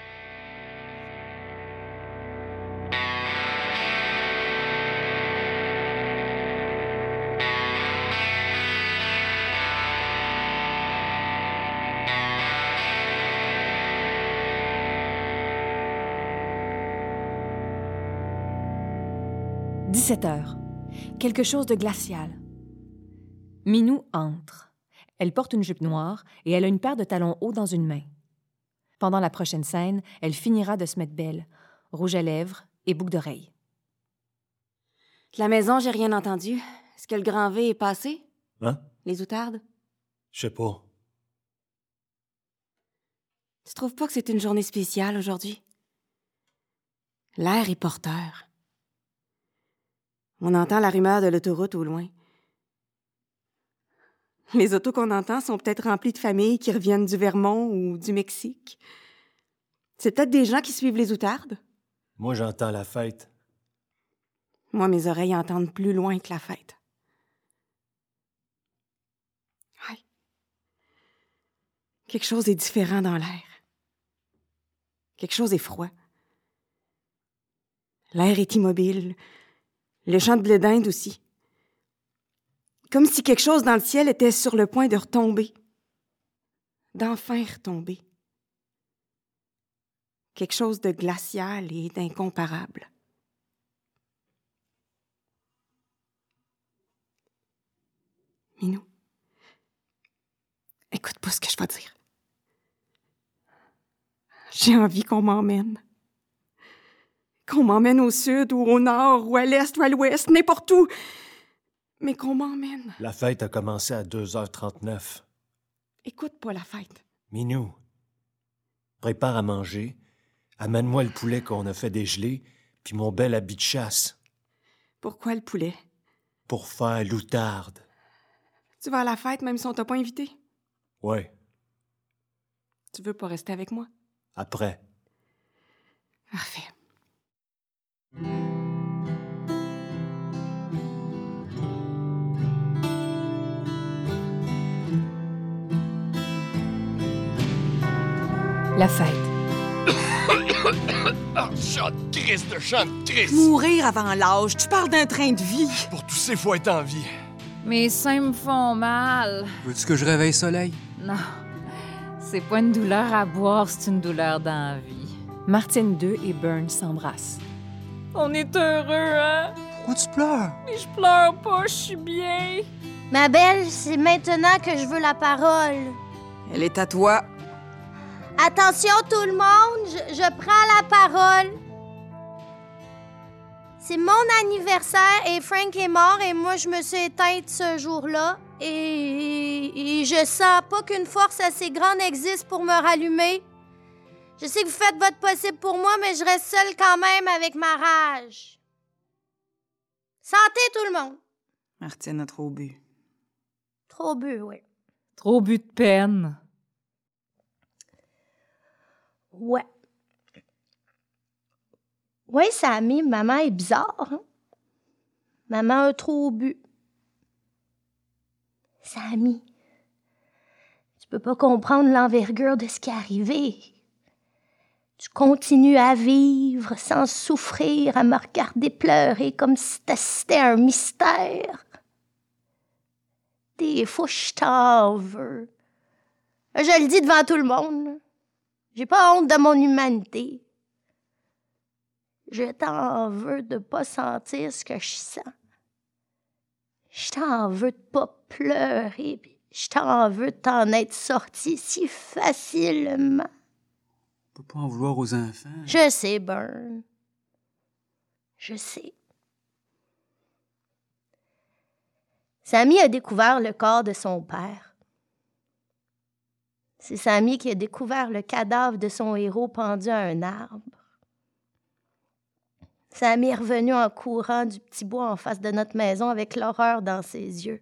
« 17h. Quelque chose de glacial. Minou entre. Elle porte une jupe noire et elle a une paire de talons hauts dans une main. Pendant la prochaine scène, elle finira de se mettre belle, rouge à lèvres et boucle d'oreilles. De la maison, j'ai rien entendu. Est-ce que le grand V est passé? Hein? Les outardes? Je sais pas. Tu trouves pas que c'est une journée spéciale aujourd'hui? L'air est porteur. On entend la rumeur de l'autoroute au loin. Les autos qu'on entend sont peut-être remplies de familles qui reviennent du Vermont ou du Mexique. C'est peut-être des gens qui suivent les outardes. Moi, j'entends la fête. Moi, mes oreilles entendent plus loin que la fête. Ouais. Quelque chose est différent dans l'air. Quelque chose est froid. L'air est immobile. Le champ de blé d'Inde aussi. Comme si quelque chose dans le ciel était sur le point de retomber. D'enfin retomber. Quelque chose de glacial et d'incomparable. Minou, écoute pas ce que je vais dire. J'ai envie qu'on m'emmène. Qu'on m'emmène au sud ou au nord ou à l'est ou à l'ouest, n'importe où. Mais qu'on m'emmène. La fête a commencé à 2h39. Écoute pas la fête. Minou, prépare à manger. Amène-moi le poulet qu'on a fait dégeler, puis mon bel habit de chasse. Pourquoi le poulet? Pour faire l'outarde. Tu vas à la fête même si on t'a pas invité? Ouais, Tu veux pas rester avec moi? après. Parfait. La fête. Ah, chante triste de chante triste! Mourir avant l'âge, tu parles d'un train de vie. Pour tousser, faut être en vie. Mes seins me font mal. Veux-tu que je réveille Soleil? Non, c'est pas une douleur à boire, c'est une douleur d'envie. Martine 2 et Burn s'embrassent. On est heureux, hein? Pourquoi tu pleures? Mais je pleure pas, je suis bien. Ma belle, c'est maintenant que je veux la parole. Elle est à toi. Attention tout le monde, je prends la parole. C'est mon anniversaire et Frank est mort et moi je me suis éteinte ce jour-là et je sens pas qu'une force assez grande existe pour me rallumer. Je sais que vous faites votre possible pour moi, mais je reste seule quand même avec ma rage. Santé tout le monde. Martine a trop bu. Trop bu, oui. Trop bu de peine. Ouais. Oui, Sammy, maman est bizarre. Hein? Maman a trop bu. Sammy, tu peux pas comprendre l'envergure de ce qui est arrivé. Tu continues à vivre sans souffrir, à me regarder pleurer comme si c'était un mystère. Des fois, je t'en veux. Je le dis devant tout le monde. J'ai pas honte de mon humanité. Je t'en veux de pas sentir ce que je sens. Je t'en veux de pas pleurer. Je t'en veux de t'en être sorti si facilement. On peut pas en vouloir aux enfants. Je sais, Burn. Je sais. Sammy a découvert le corps de son père. C'est Sammy qui a découvert le cadavre de son héros pendu à un arbre. Sammy est revenu en courant du petit bois en face de notre maison avec l'horreur dans ses yeux.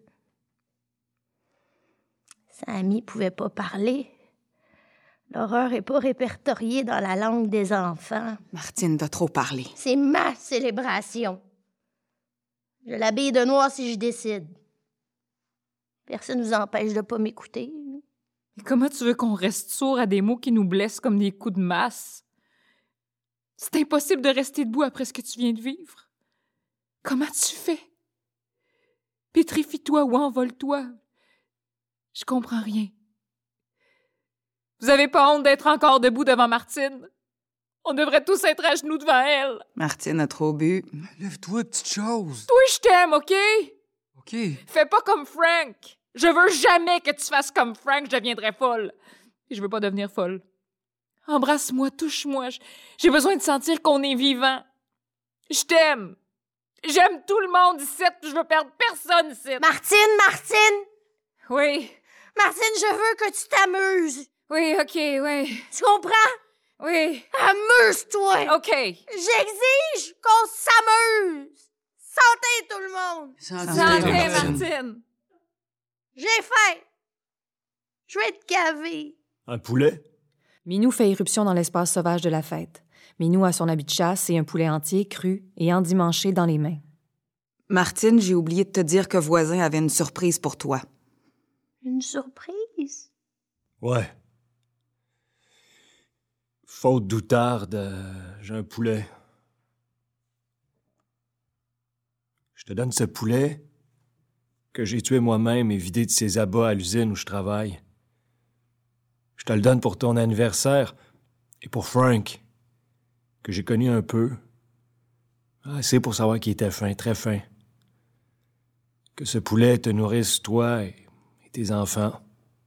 Sammy pouvait pas parler. L'horreur est pas répertoriée dans la langue des enfants. Martine t'a trop parlé. C'est ma célébration. Je l'habille de noir si je décide. Personne ne nous empêche de pas m'écouter. Et comment tu veux qu'on reste sourd à des mots qui nous blessent comme des coups de masse? C'est impossible de rester debout après ce que tu viens de vivre. Comment tu fais? Pétrifie-toi ou envole-toi. Je comprends rien. Vous avez pas honte d'être encore debout devant Martine? On devrait tous être à genoux devant elle. Martine a trop bu. Lève-toi, petite chose. Toi, je t'aime, OK? OK. Fais pas comme Frank. Je veux jamais que tu fasses comme Frank, je deviendrai folle. Et je veux pas devenir folle. Embrasse-moi, touche-moi. J'ai besoin de sentir qu'on est vivant. Je t'aime. J'aime tout le monde ici, je veux perdre personne ici. Martine! Oui. Martine, je veux que tu t'amuses. Oui, OK, oui. Tu comprends? Oui. Amuse-toi. OK. J'exige qu'on s'amuse. Santé, tout le monde. Santé, Martine. J'ai faim. Je vais te gaver. Un poulet? Minou fait irruption dans l'espace sauvage de la fête. Minou a son habit de chasse et un poulet entier, cru et endimanché dans les mains. Martine, j'ai oublié de te dire que voisin avait une surprise pour toi. Une surprise? Ouais. Faute d'outarde, j'ai un poulet. Je te donne ce poulet que j'ai tué moi-même et vidé de ses abats à l'usine où je travaille. Je te le donne pour ton anniversaire et pour Frank, que j'ai connu un peu. Assez pour savoir qu'il était fin, très fin. Que ce poulet te nourrisse toi et tes enfants.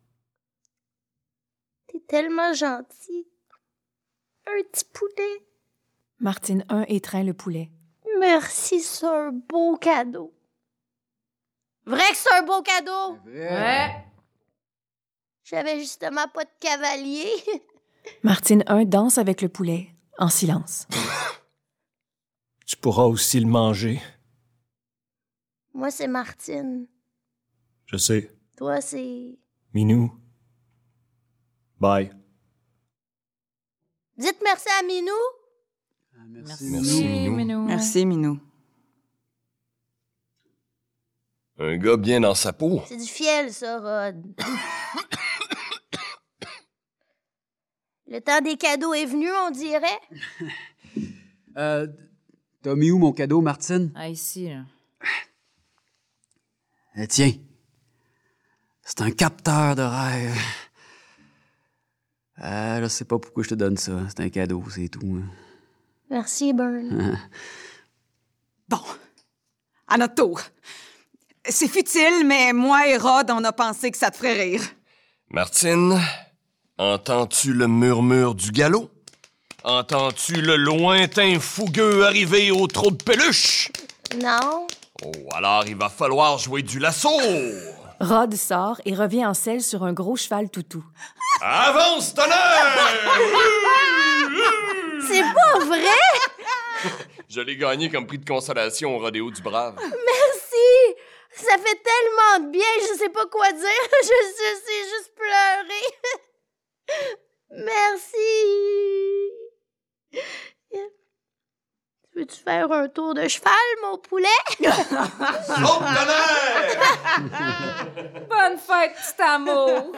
T'es tellement gentil. Un petit poulet. Martine 1 étreint le poulet. Merci, c'est un beau cadeau. Vrai que c'est un beau cadeau? Ouais. J'avais justement pas de cavalier. Martine 1 danse avec le poulet, en silence. Tu pourras aussi le manger. Moi, c'est Martine. Je sais. Toi, c'est... Minou. Bye. Dites merci à Minou. Merci, Minou. Merci, Minou. Un gars bien dans sa peau. C'est du fiel, ça, Rod. Le temps des cadeaux est venu, on dirait. T'as mis où mon cadeau, Martine? Ah, ici, là. Tiens. C'est un capteur de rêve. Je sais pas pourquoi je te donne ça. C'est un cadeau, c'est tout. Merci, Burn. Bon, à notre tour. C'est futile, mais moi et Rod, on a pensé que ça te ferait rire. Martine, entends-tu le murmure du galop? Entends-tu le lointain fougueux arriver au trou de peluche? Non. Oh, alors il va falloir jouer du lasso! Rod sort et revient en selle sur un gros cheval toutou. Avance, tonnerre! C'est pas vrai? Je l'ai gagné comme prix de consolation au rodéo du Brave. Merci! Ça fait tellement de bien, je sais pas quoi dire. Je sais juste pleurer. Merci! Veux-tu faire un tour de cheval, mon poulet? Saute, tonnerre! Bonne fête, petit amour!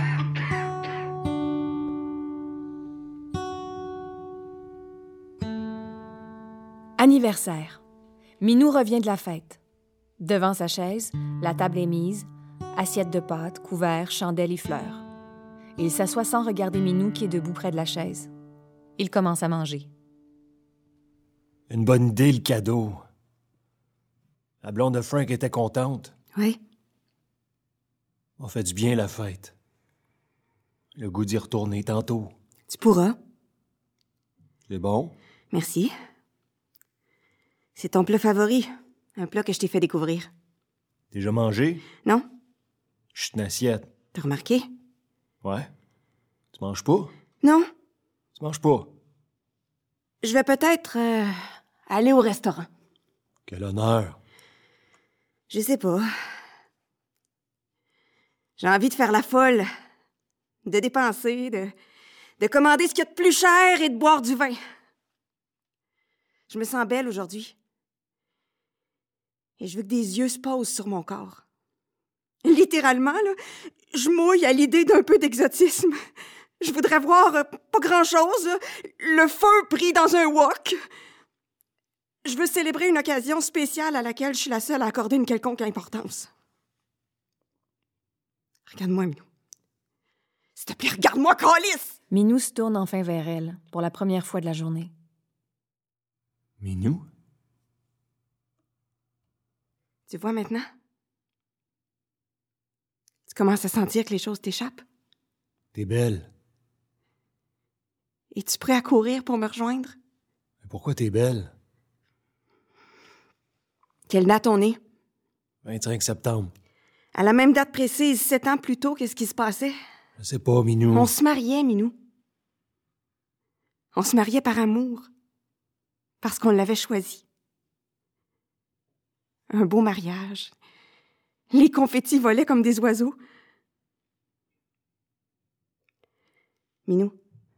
Anniversaire. Minou revient de la fête. Devant sa chaise, la table est mise, assiette de pâtes, couverts, chandelles et fleurs. Il s'assoit sans regarder Minou qui est debout près de la chaise. Il commence à manger. Une bonne idée, le cadeau. La blonde de Frank était contente. Oui. On fait du bien, la fête. Le goût d'y retourner tantôt. Tu pourras. C'est bon? Merci. C'est ton plat favori. Un plat que je t'ai fait découvrir. Déjà mangé? Non? Juste une assiette. T'as remarqué? Ouais. Tu manges pas? Non, Tu manges pas? je vais peut-être aller au restaurant. Quel honneur. Je sais pas. J'ai envie de faire la folle, de dépenser, de commander ce qu'il y a de plus cher et de boire du vin. Je me sens belle aujourd'hui. Et je veux que des yeux se posent sur mon corps. Littéralement, là, je mouille à l'idée d'un peu d'exotisme. Je voudrais voir pas grand-chose, là, le feu pris dans un wok. Je veux célébrer une occasion spéciale à laquelle je suis la seule à accorder une quelconque importance. Regarde-moi, Minou. S'il te plaît, regarde-moi, câlisse! Minou se tourne enfin vers elle, pour la première fois de la journée. Minou? Tu vois maintenant? Tu commences à sentir que les choses t'échappent? T'es belle. Es-tu prêt à courir pour me rejoindre? Mais pourquoi t'es belle? Quelle date on est? 25 septembre. À la même date précise, 7 ans plus tôt, qu'est-ce qui se passait? Je sais pas, Minou. On se mariait, Minou. On se mariait par amour. Parce qu'on l'avait choisi. Un beau mariage. Les confettis volaient comme des oiseaux. Minou,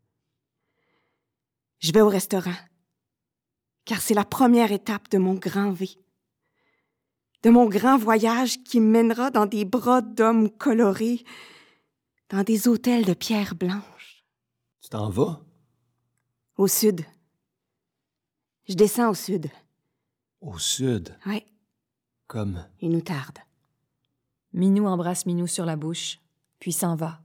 je vais au restaurant. Car c'est la première étape de mon grand V. De mon grand voyage qui me mènera dans des bras d'hommes colorés, dans des hôtels de pierre blanche. Tu t'en vas? Au sud. Je descends au sud. Au sud? Ouais. Comme? Il nous tarde. Minou embrasse Minou sur la bouche, puis s'en va.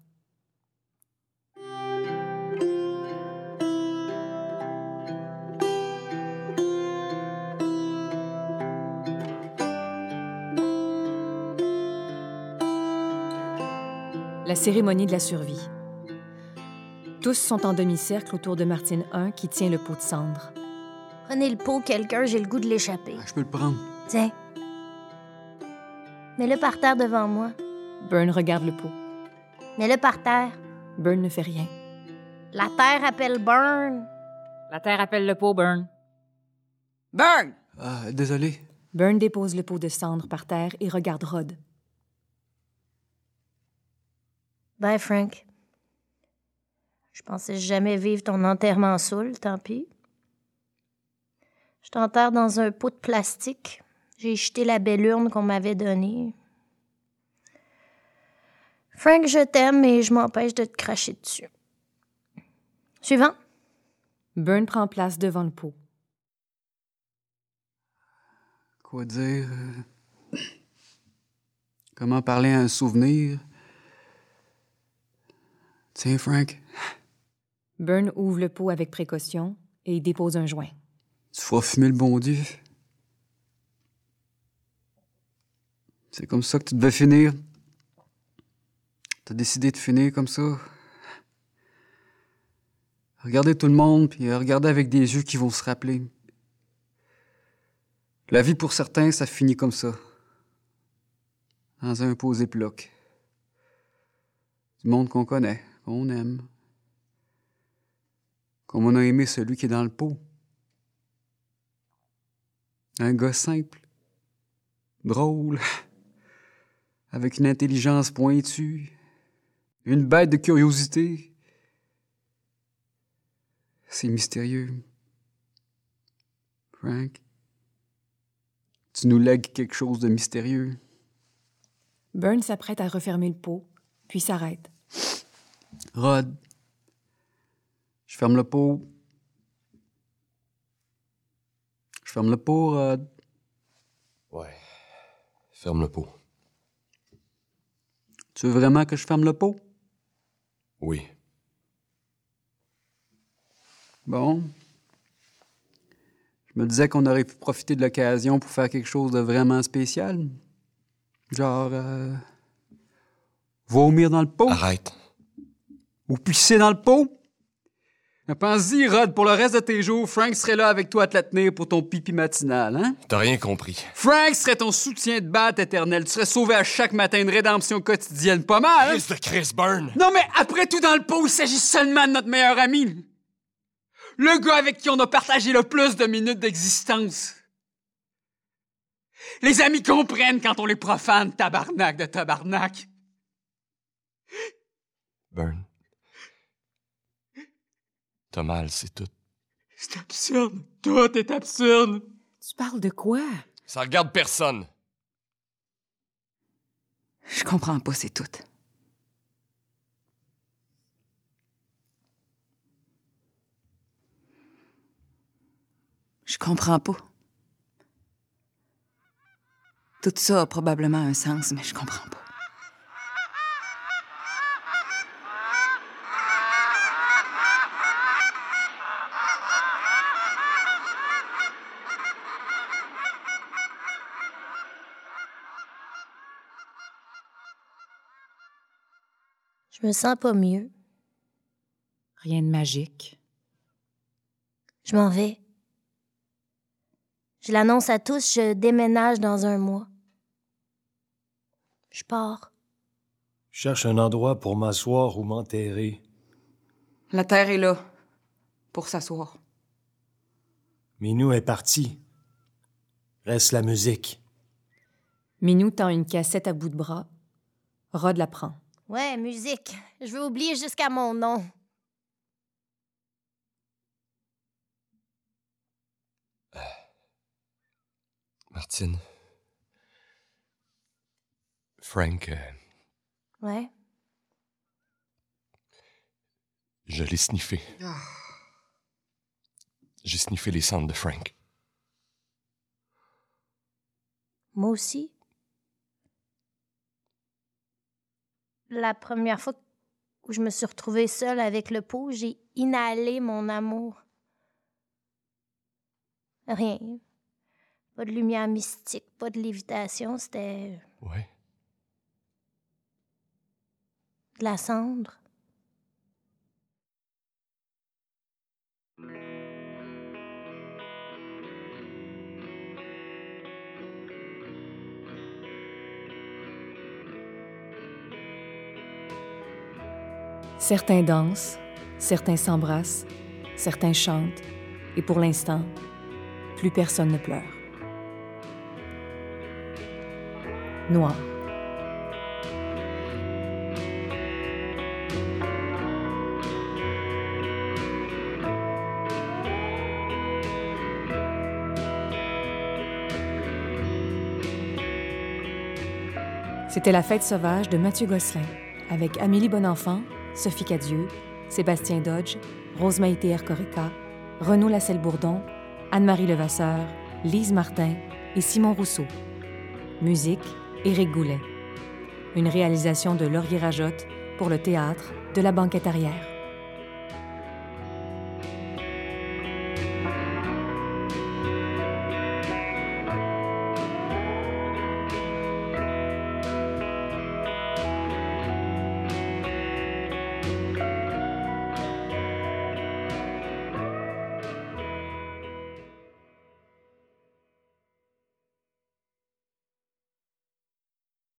La cérémonie de la survie. Tous sont en demi-cercle autour de Martine 1 qui tient le pot de cendre. Prenez le pot, quelqu'un, j'ai le goût de l'échapper. Je peux le prendre. Tiens. Mets-le par terre devant moi. Burn regarde le pot. Mets-le par terre. Burn ne fait rien. La terre appelle Burn. La terre appelle le pot, Burn. Burn! Ah, désolé. Burn dépose le pot de cendre par terre et regarde Rod. Bye, Frank. Je pensais jamais vivre ton enterrement saoul, tant pis. Je t'enterre dans un pot de plastique. J'ai jeté la belle urne qu'on m'avait donnée. Frank, je t'aime et je m'empêche de te cracher dessus. Suivant. Burn prend place devant le pot. Quoi dire? Comment parler à un souvenir? Tiens, Frank. Burn ouvre le pot avec précaution et y dépose un joint. Tu feras fumer le bon Dieu. C'est comme ça que tu devais finir. T'as décidé de finir comme ça. Regardez tout le monde, puis regardez avec des yeux qui vont se rappeler. La vie, pour certains, ça finit comme ça. Dans un pot Ziploc. Du monde qu'on connaît, qu'on aime. Comme on a aimé celui qui est dans le pot. Un gars simple, drôle, avec une intelligence pointue, une bête de curiosité. C'est mystérieux. Frank, tu nous lègues quelque chose de mystérieux. Burn s'apprête à refermer le pot, puis s'arrête. Rod, je ferme le pot. Je ferme le pot, Rod. Ouais. Ferme le pot. Tu veux vraiment que je ferme le pot? Oui. Bon. Je me disais qu'on aurait pu profiter de l'occasion pour faire quelque chose de vraiment spécial. Genre, vomir dans le pot. Arrête. Ou pisser dans le pot. Pense-y, Rod, pour le reste de tes jours, Frank serait là avec toi à te la tenir pour ton pipi matinal, hein? T'as rien compris. Frank serait ton soutien de batte éternel. Tu serais sauvé à chaque matin, une rédemption quotidienne. Pas mal, hein? Chris de Chris Byrne! Non, mais après tout, dans le pot, il s'agit seulement de notre meilleur ami. Le gars avec qui on a partagé le plus de minutes d'existence. Les amis comprennent quand on les profane, tabarnak de tabarnak. Byrne. T'as mal, c'est tout. C'est absurde. Tout est absurde. Tu parles de quoi? Ça regarde personne. Je comprends pas, c'est tout. Je comprends pas. Tout ça a probablement un sens, mais je comprends pas. Je me sens pas mieux. Rien de magique. Je m'en vais. Je l'annonce à tous, je déménage dans 1 mois. Je pars. Je cherche un endroit pour m'asseoir ou m'enterrer. La terre est là, pour s'asseoir. Minou est parti. Reste la musique. Minou tend une cassette à bout de bras. Rod la prend. Ouais, musique. Je veux oublier jusqu'à mon nom. Martine. Frank, Ouais. je l'ai sniffé. J'ai sniffé les cendres de Frank. Moi aussi. La première fois où je me suis retrouvée seule avec le pot, j'ai inhalé mon amour. Rien. Pas de lumière mystique, pas de lévitation, c'était Ouais. de la cendre. Certains dansent, certains s'embrassent, certains chantent, et pour l'instant, plus personne ne pleure. Noir. C'était La Fête sauvage de Mathieu Gosselin, avec Amélie Bonenfant, Sophie Cadieux, Sébastien Dodge, Rose-Maïté Ercoreka, Renaud Lascelles-Bourdon, Anne-Marie Levasseur, Lise Martin et Simon Rousseau. Musique, Éric Goulet. Une réalisation de Laurier Rajotte pour le théâtre de la Banquette arrière.